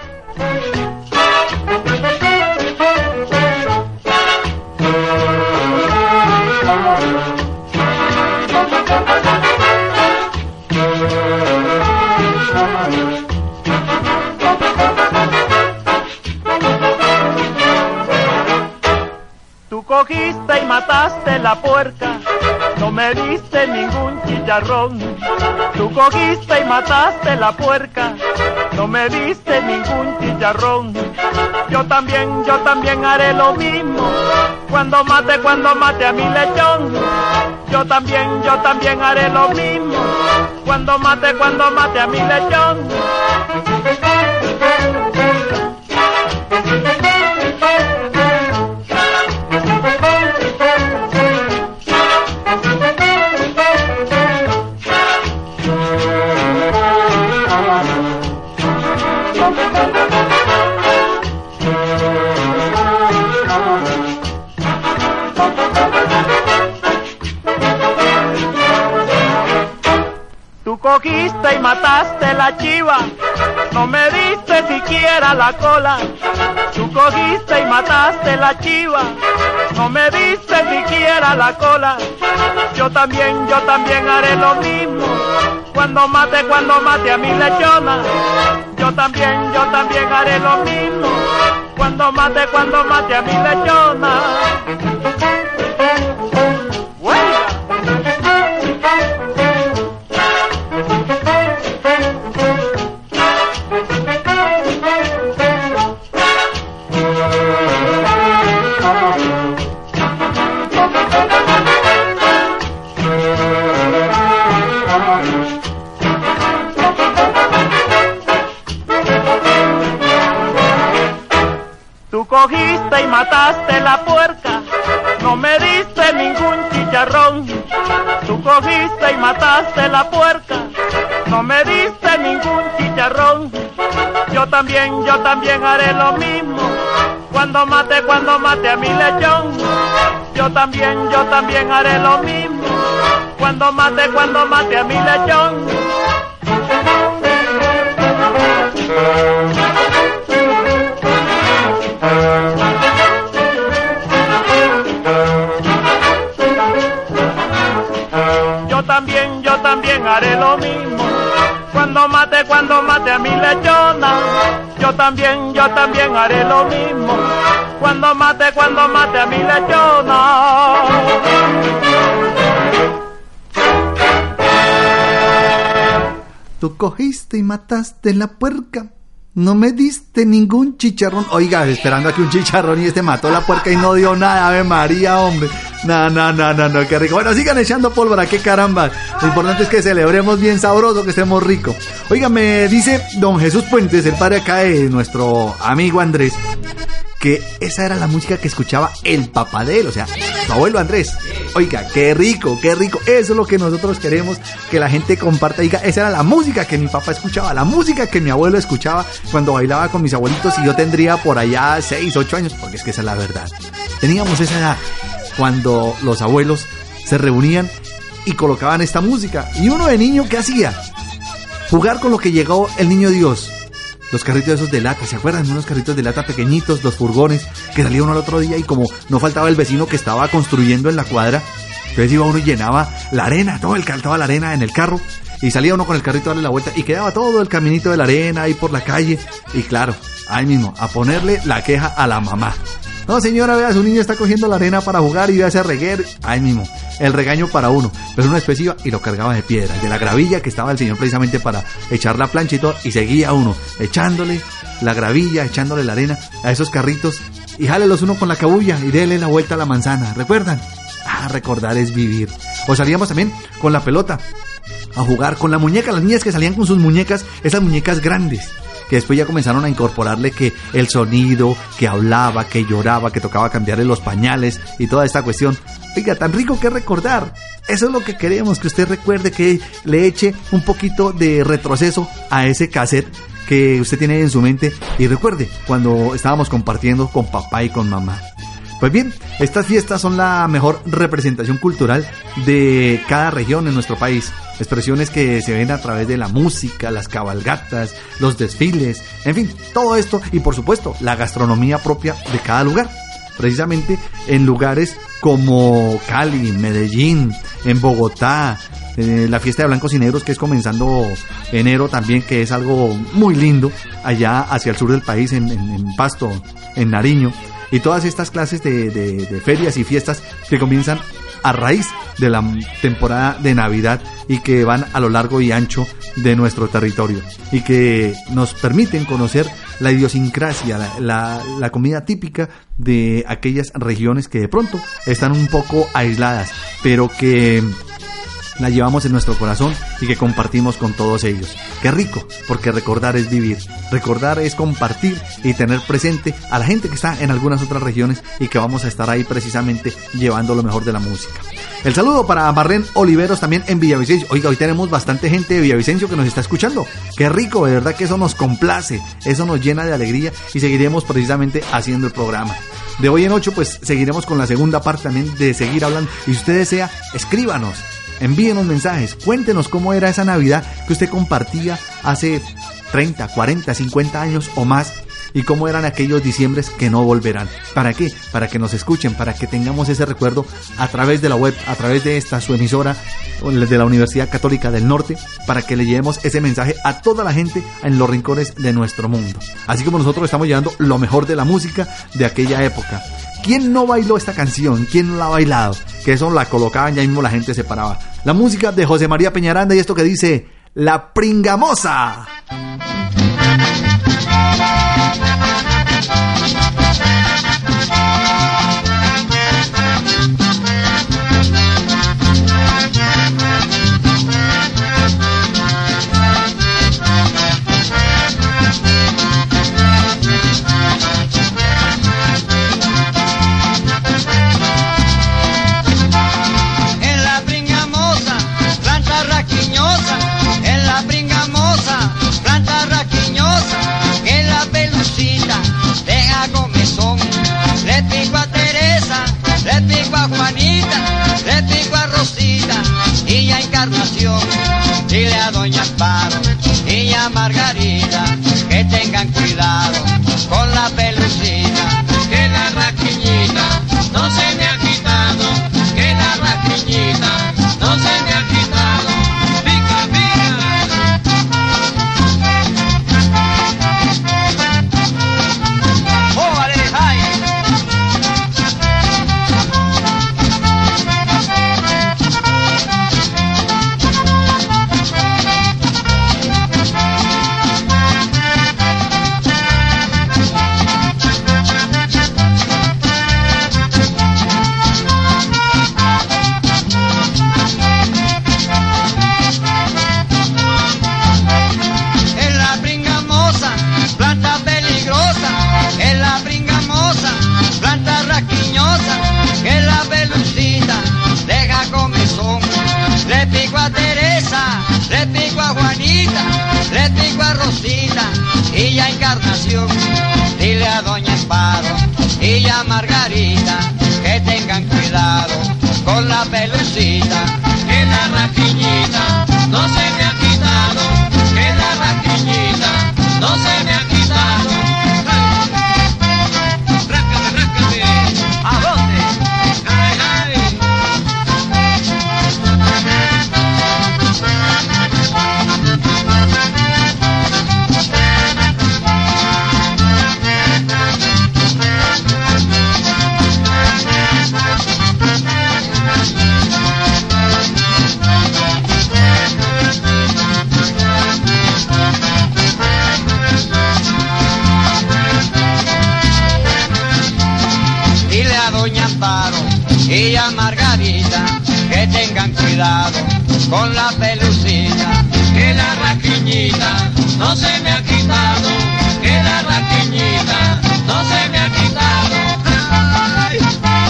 Cogiste y mataste la puerca, no me diste ningún chicharrón. Tú cogiste y mataste la puerca, no me diste ningún chicharrón. Yo también, yo también haré lo mismo, cuando mate, cuando mate a mi lechón. Yo también, yo también haré lo mismo, cuando mate, cuando mate a mi lechón. Cogiste y mataste la chiva, no me diste siquiera la cola. Tú cogiste y mataste la chiva, no me diste siquiera la cola. Yo también, yo también haré lo mismo, cuando mate, cuando mate a mi lechona. Yo también, yo también haré lo mismo, cuando mate, cuando mate a mi lechona. Tú cogiste y mataste la puerca, no me diste ningún chicharrón. Tú cogiste y mataste la puerca, no me diste ningún chicharrón. Yo también, yo también haré lo mismo, cuando mate, cuando mate a mi lechón. Yo también, yo también haré lo mismo, cuando mate, cuando mate a mi lechón. Yo también, yo también haré lo mismo, cuando mate, cuando mate a mi lechona. Yo también, yo también haré lo mismo, cuando mate, cuando mate a mi lechona. Tú cogiste y mataste la puerca, no me diste ningún chicharrón. Oiga, esperando aquí un chicharrón y este mató la puerca y no dio nada. Ave María, hombre. No, no, no, no, no, qué rico. Bueno, sigan echando pólvora, qué caramba. Lo importante es que celebremos bien sabroso, que estemos ricos. Oiga, me dice don Jesús Puentes, el padre acá de nuestro amigo Andrés, que esa era la música que escuchaba el papá de él, o sea, su abuelo Andrés. Oiga, qué rico, qué rico. Eso es lo que nosotros queremos, que la gente comparta. Oiga, esa era la música que mi papá escuchaba, la música que mi abuelo escuchaba cuando bailaba con mis abuelitos, y yo tendría por allá seis, ocho años, porque es que esa es la verdad. Teníamos esa edad cuando los abuelos se reunían y colocaban esta música. Y uno de niño, ¿qué hacía? Jugar con lo que llegó el niño Dios. Los carritos esos de lata, ¿se acuerdan? Unos carritos de lata pequeñitos, los furgones, que salía uno al otro día y como no faltaba el vecino que estaba construyendo en la cuadra, entonces iba uno y llenaba la arena, todo el caltaba la arena en el carro, y salía uno con el carrito a darle la vuelta y quedaba todo el caminito de la arena ahí por la calle, y claro, ahí mismo, a ponerle la queja a la mamá. No, señora, vea, su niño está cogiendo la arena para jugar y vea ese reguer. Ahí mismo, el regaño para uno. Pero uno después iba y lo cargaba de piedra, de la gravilla que estaba el señor precisamente para echar la plancha y todo. Y seguía uno echándole la gravilla, echándole la arena a esos carritos. Y jálelos uno con la cabulla y déle la vuelta a la manzana. ¿Recuerdan? Ah, recordar es vivir. O salíamos también con la pelota a jugar con la muñeca. Las niñas que salían con sus muñecas, esas muñecas grandes, que después ya comenzaron a incorporarle que el sonido, que hablaba, que lloraba, que tocaba cambiarle los pañales y toda esta cuestión. Oiga, tan rico que recordar. Eso es lo que queremos, que usted recuerde, que le eche un poquito de retroceso a ese cassette que usted tiene en su mente y recuerde cuando estábamos compartiendo con papá y con mamá. Pues bien, estas fiestas son la mejor representación cultural de cada región en nuestro país. Expresiones que se ven a través de la música, las cabalgatas, los desfiles, en fin, todo esto y por supuesto la gastronomía propia de cada lugar. Precisamente en lugares como Cali, Medellín, en Bogotá, eh, la fiesta de blancos y negros que es comenzando enero también, que es algo muy lindo allá hacia el sur del país, en, en, en Pasto, en Nariño. Y todas estas clases de, de, de ferias y fiestas que comienzan a raíz de la temporada de Navidad y que van a lo largo y ancho de nuestro territorio y que nos permiten conocer la idiosincrasia, la, la, la comida típica de aquellas regiones que de pronto están un poco aisladas, pero que la llevamos en nuestro corazón y que compartimos con todos ellos. Qué rico, porque recordar es vivir, recordar es compartir y tener presente a la gente que está en algunas otras regiones y que vamos a estar ahí precisamente llevando lo mejor de la música. El saludo para Marlene Oliveros también en Villavicencio. Oiga, hoy tenemos bastante gente de Villavicencio que nos está escuchando. Qué rico, de verdad que eso nos complace, eso nos llena de alegría y seguiremos precisamente haciendo el programa. De hoy en ocho pues seguiremos con la segunda parte también de seguir hablando. Y si usted desea, escríbanos. Envíenos mensajes, cuéntenos cómo era esa Navidad que usted compartía hace treinta, cuarenta, cincuenta años o más y cómo eran aquellos diciembres que no volverán. ¿Para qué? Para que nos escuchen, para que tengamos ese recuerdo a través de la web, a través de esta su emisora de la Universidad Católica del Norte, para que le llevemos ese mensaje a toda la gente en los rincones de nuestro mundo. Así como nosotros estamos llevando lo mejor de la música de aquella época. ¿Quién no bailó esta canción? ¿Quién no la ha bailado? Que eso la colocaban, ya mismo la gente se paraba. La música de José María Peñaranda y esto que dice La Pringamosa. Dile a Doña Amparo y a Margarita que tengan cuidado con la pelucita, que la raquiñita no se me ha quitado, que la raquiñita no se me ha quitado. Pica, pica. ¡Oh, vale, ay! encarnación. Dile a doña Amparo y a Margarita que tengan cuidado con la pelucita, que la raquiñita no se me ha quitado, que la raquiñita no se me ha quitado. Rácame, rácame. ¿A dónde? Ay, ay. Dile a doña Amparo y a Margarita que tengan cuidado con la pelucita, que la raquiñita no se me ha quitado, que la raquiñita no se me ha quitado. Ay.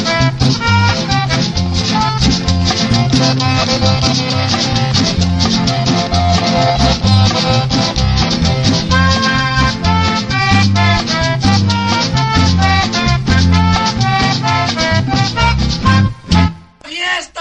¡Fiesta!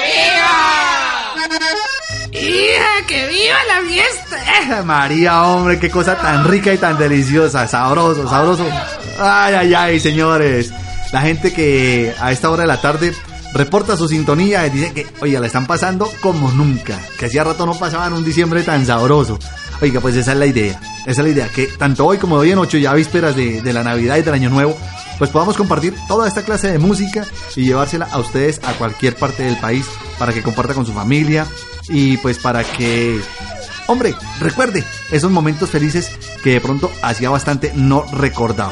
¡Viva! ¡Hija, que viva la fiesta! Eh, María, hombre, qué cosa tan rica y tan deliciosa, sabroso, sabroso. Ay, ay, ay, señores. La gente que a esta hora de la tarde reporta su sintonía y dice que, oiga, la están pasando como nunca, que hacía rato no pasaban un diciembre tan sabroso. Oiga, pues esa es la idea, esa es la idea, que tanto hoy como hoy en ocho, ya vísperas de, de la Navidad y del Año Nuevo, pues podamos compartir toda esta clase de música y llevársela a ustedes a cualquier parte del país para que comparta con su familia y pues para que, hombre, recuerde esos momentos felices que de pronto hacía bastante no recordaba.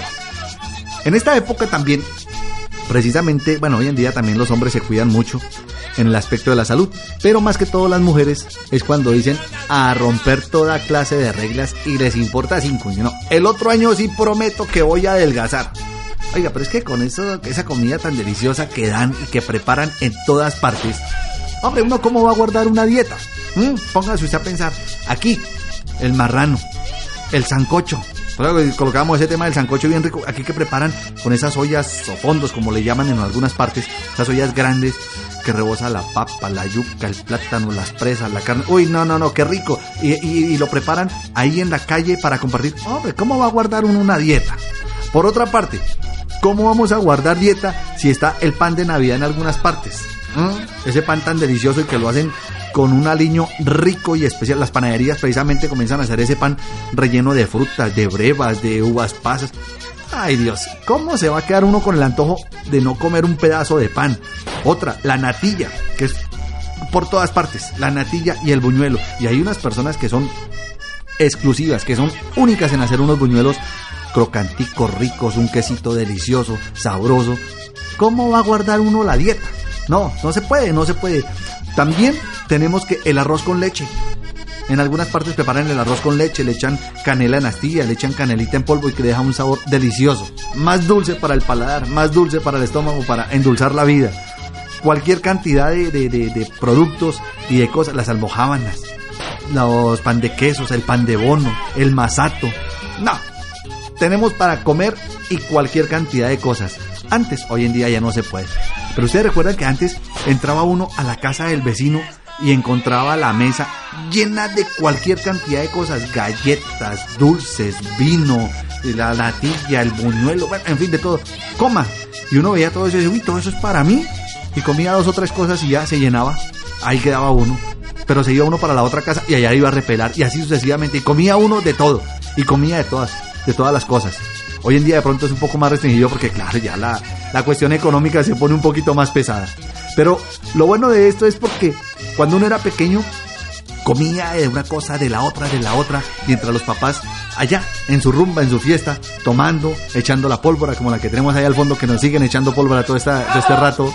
En esta época también, precisamente, bueno, hoy en día también los hombres se cuidan mucho en el aspecto de la salud, pero más que todo las mujeres es cuando dicen a romper toda clase de reglas y les importa cinco. No, el otro año sí prometo que voy a adelgazar. Oiga, pero es que con eso, esa comida tan deliciosa que dan y que preparan en todas partes, hombre, ¿uno cómo va a guardar una dieta? ¿Mm? Póngase usted a pensar, aquí, el marrano, el sancocho. Colocamos ese tema del sancocho bien rico, aquí que preparan con esas ollas o fondos, como le llaman en algunas partes, esas ollas grandes que rebosa la papa, la yuca, el plátano, las presas, la carne. Uy, no, no, no, qué rico. Y, y, y lo preparan ahí en la calle para compartir. Hombre, ¿cómo va a guardar uno una dieta? Por otra parte, ¿cómo vamos a guardar dieta si está el pan de Navidad en algunas partes? ¿Mm? Ese pan tan delicioso y que lo hacen con un aliño rico y especial. Las panaderías precisamente comienzan a hacer ese pan relleno de frutas, de brevas, de uvas pasas. Ay, Dios, ¿cómo se va a quedar uno con el antojo de no comer un pedazo de pan? Otra, la natilla, que es por todas partes, la natilla y el buñuelo. Y hay unas personas que son exclusivas, que son únicas en hacer unos buñuelos crocanticos, ricos, un quesito delicioso, sabroso. ¿Cómo va a guardar uno la dieta? No, no se puede, no se puede. También tenemos que el arroz con leche. En algunas partes preparan el arroz con leche, le echan canela en astilla, le echan canelita en polvo y que le deja un sabor delicioso. Más dulce para el paladar, más dulce para el estómago, para endulzar la vida. Cualquier cantidad de, de, de, de productos y de cosas, las almojábanas, los pan de quesos, el pan de bono, el masato. No, tenemos para comer y cualquier cantidad de cosas. Antes, hoy en día ya no se puede. Pero ustedes recuerdan que antes entraba uno a la casa del vecino y encontraba la mesa llena de cualquier cantidad de cosas, galletas, dulces, vino, la natilla, el buñuelo, bueno, en fin, de todo. Coma. Y uno veía todo eso y decía, uy, todo eso es para mí. Y comía dos o tres cosas y ya se llenaba. Ahí quedaba uno. Pero se iba uno para la otra casa y allá iba a repelar. Y así sucesivamente. Y comía uno de todo. Y comía de todas, de todas las cosas. Hoy en día de pronto es un poco más restringido porque claro, ya la, la cuestión económica se pone un poquito más pesada. Pero lo bueno de esto es porque cuando uno era pequeño comía de una cosa, de la otra, de la otra, mientras los papás allá, en su rumba, en su fiesta, tomando, echando la pólvora como la que tenemos ahí al fondo, que nos siguen echando pólvora todo, esta, todo este rato.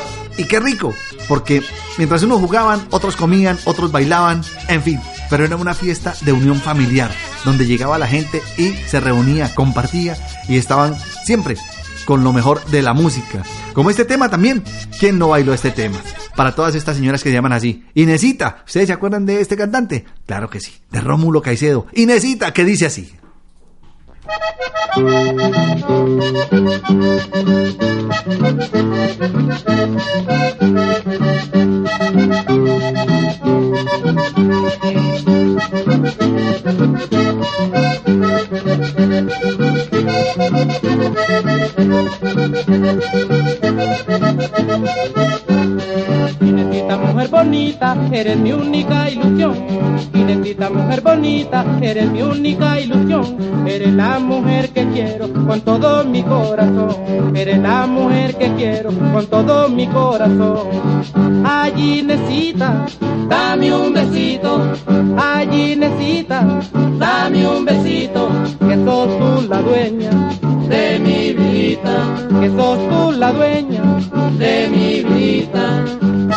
Y qué rico, porque mientras unos jugaban, otros comían, otros bailaban, en fin, pero era una fiesta de unión familiar, donde llegaba la gente y se reunía, compartía y estaban siempre con lo mejor de la música. Como este tema también, ¿quién no bailó este tema? Para todas estas señoras que se llaman así. Inesita, ¿ustedes se acuerdan de este cantante? Claro que sí, de Rómulo Caicedo. Inesita, que dice así. Inecita mujer bonita, eres mi única ilusión. Inecita mujer bonita, eres mi única ilusión. Eres la mujer que quiero con todo mi corazón. Eres la mujer que quiero con todo mi corazón. Allí necesita, dame un besito. Allí necesita, dame un besito. Que sos tú la dueña de mi vida. Que sos tú la dueña de mi vida.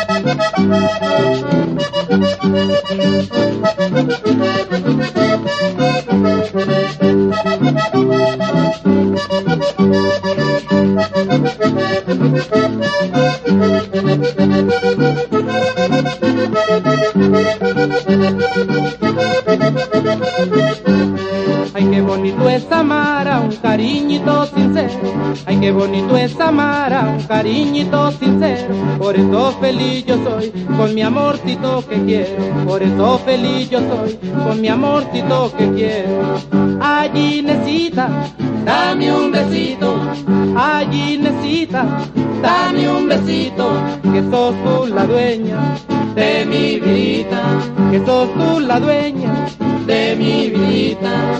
Ay, qué bonito es amar a un cariñito sincero. Ay, qué bonito es amar a un cariñito sincero. Por eso feliz yo soy con mi amorcito que quiero. Por eso feliz yo soy con mi amorcito que quiero. Allí necesita, dame un besito. Allí necesita, dame un besito. Que sos tú la dueña de mi vida. Que sos tú la dueña de mi vida.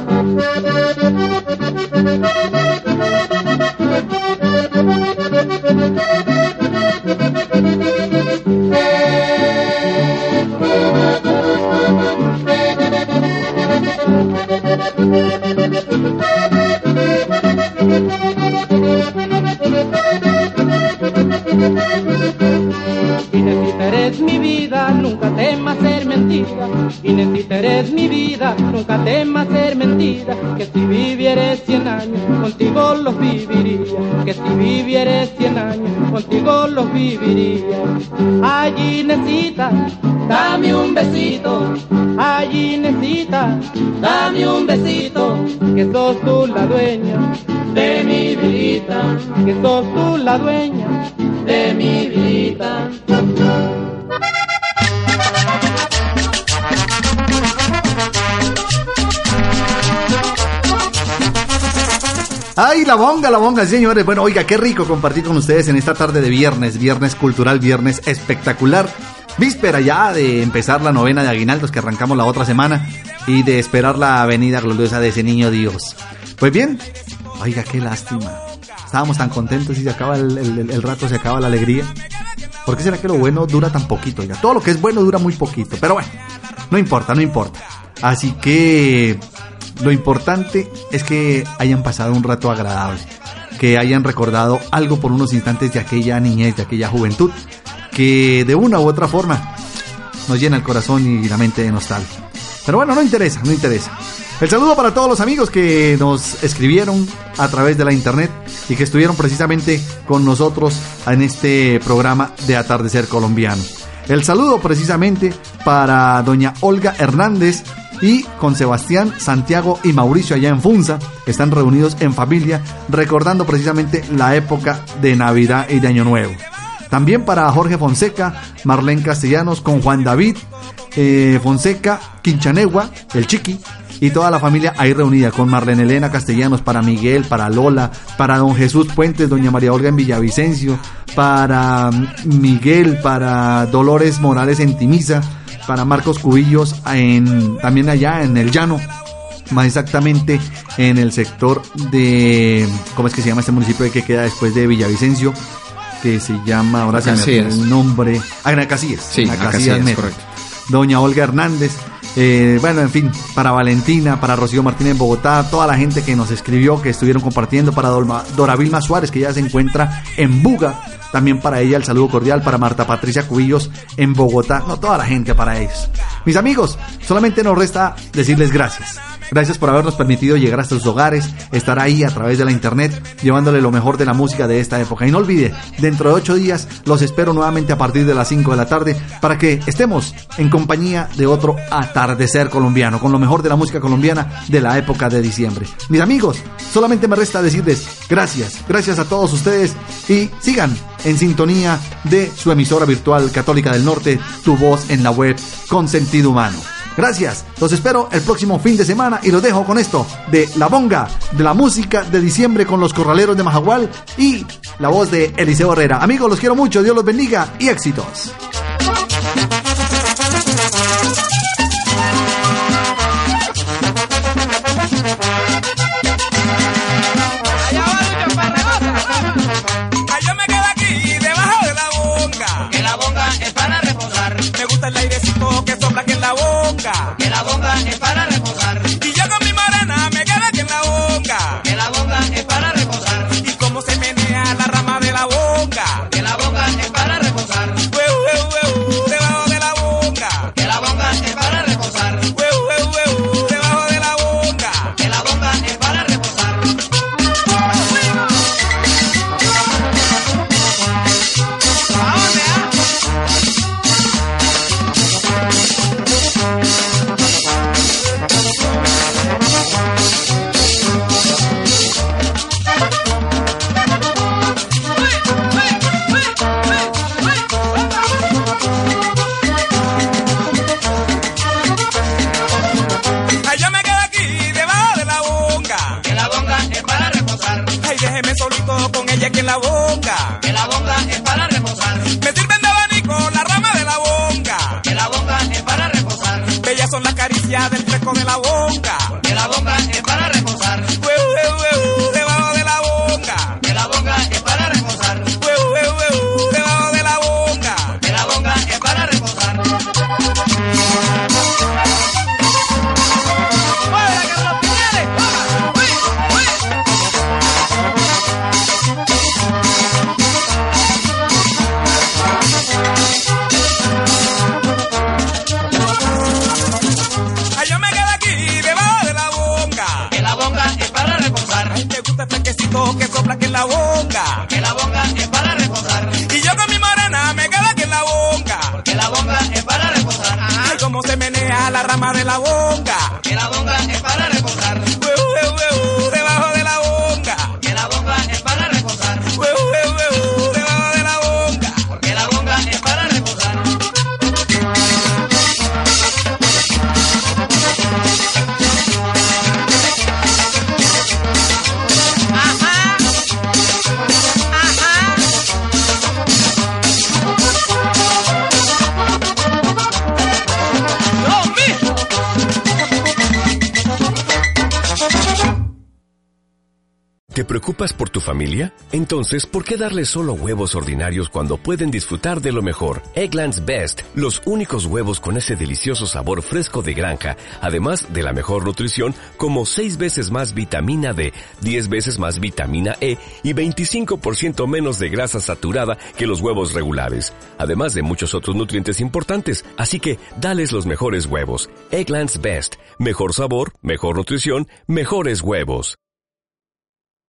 Inecita eres mi vida, nunca temas ser mentira. Inecita eres mi vida, nunca temas ser mentira. Que si vivieres cien años, contigo los viviría. Que si vivieres cien años, contigo los viviría. Allí necesita, dame un besito. Allí necesita, dame un besito. Que sos tú la dueña de mi vida. Que sos tú la dueña de mi vida. ¡Ay, la bonga, la bonga, señores! Bueno, oiga, qué rico compartir con ustedes en esta tarde de viernes, viernes cultural, viernes espectacular. Víspera ya de empezar la novena de aguinaldos que arrancamos la otra semana y de esperar la venida gloriosa de ese niño Dios. Pues bien, oiga, qué lástima. Estábamos tan contentos y se acaba el, el, el rato, se acaba la alegría. ¿Por qué será que lo bueno dura tan poquito? Oiga, todo lo que es bueno dura muy poquito, pero bueno, no importa, no importa. Así que lo importante es que hayan pasado un rato agradable, que hayan recordado algo por unos instantes de aquella niñez, de aquella juventud, que de una u otra forma nos llena el corazón y la mente de nostalgia. Pero bueno, no interesa, no interesa. El saludo para todos los amigos que nos escribieron a través de la internet y que estuvieron precisamente con nosotros en este programa de Atardecer Colombiano. El saludo precisamente para doña Olga Hernández y con Sebastián, Santiago y Mauricio allá en Funza. Están reunidos en familia recordando precisamente la época de Navidad y de Año Nuevo. También para Jorge Fonseca, Marlene Castellanos con Juan David eh, Fonseca, Quinchanegua, el Chiqui, y toda la familia ahí reunida con Marlene Elena Castellanos, para Miguel, para Lola, para don Jesús Puentes, doña María Olga en Villavicencio, para Miguel, para Dolores Morales en Timisa, para Marcos Cubillos en, también allá en el Llano, más exactamente en el sector de, ¿cómo es que se llama este municipio que queda después de Villavicencio? Que se llama, ahora se me olvidó el nombre, Acacías, sí, Acacías, correcto. Doña Olga Hernández, eh, bueno, en fin, para Valentina, para Rocío Martínez en Bogotá, toda la gente que nos escribió, que estuvieron compartiendo, para Dolma, Dora Vilma Suárez, que ya se encuentra en Buga, también para ella el saludo cordial, para Marta Patricia Cubillos en Bogotá, no, toda la gente para ellos. Mis amigos, solamente nos resta decirles gracias. Gracias por habernos permitido llegar hasta sus hogares, estar ahí a través de la internet, llevándole lo mejor de la música de esta época. Y no olvide, dentro de ocho días los espero nuevamente a partir de las cinco de la tarde para que estemos en compañía de otro atardecer colombiano, con lo mejor de la música colombiana de la época de diciembre. Mis amigos, solamente me resta decirles gracias, gracias a todos ustedes y sigan en sintonía de su emisora virtual Católica del Norte, tu voz en la web con sentido humano. Gracias, los espero el próximo fin de semana y los dejo con esto de La Bonga, de la música de diciembre con los Corraleros de Majagual y la voz de Eliseo Herrera. Amigos, los quiero mucho, Dios los bendiga y éxitos. Que la bonga es para reposar. Y yo con mi morena me quedé aquí en la bonga. Que la bonga es para reposar. Y cómo se menea la rama de la bonga. Que la bonga es para reposar. Ueu, ueu, ueu, debajo de la bonga. Que la bonga es para reposar. Ueu, ueu, ueu, debajo de la bonga. Que la bonga es para reposar. ¿A dónde, ah? Con ella aquí en la bonga. Que la bonga es para reposar. Me sirven de abanico la rama de la bonga. Que la bonga es para reposar. Bellas son las caricias del fresco de la bonga. Que la bonga es para reposar. Ueu, ueu, ueu, debajo de la bonga. Que la bonga es para reposar. Ueu, ueu, ueu, debajo de la bonga. Que la bonga es para reposar. Que sopla aquí en la bonga. Que la bonga es para reposar. Y yo con mi morena me quedo aquí en la bonga. Que la bonga es para reposar. Ay, cómo se menea la rama de la bonga. Que la bonga es para reposar. Ueu, ueu, ueu, debajo de la bonga. Que la bonga es para reposar. Ueu, ueu, ueu, debajo de la bonga. Porque la bonga es para reposar. ¿Te preocupas por tu familia? Entonces, ¿por qué darles solo huevos ordinarios cuando pueden disfrutar de lo mejor? Eggland's Best, los únicos huevos con ese delicioso sabor fresco de granja, además de la mejor nutrición, como seis veces más vitamina D, diez veces más vitamina E y veinticinco por ciento menos de grasa saturada que los huevos regulares, además de muchos otros nutrientes importantes. Así que, dales los mejores huevos. Eggland's Best, mejor sabor, mejor nutrición, mejores huevos.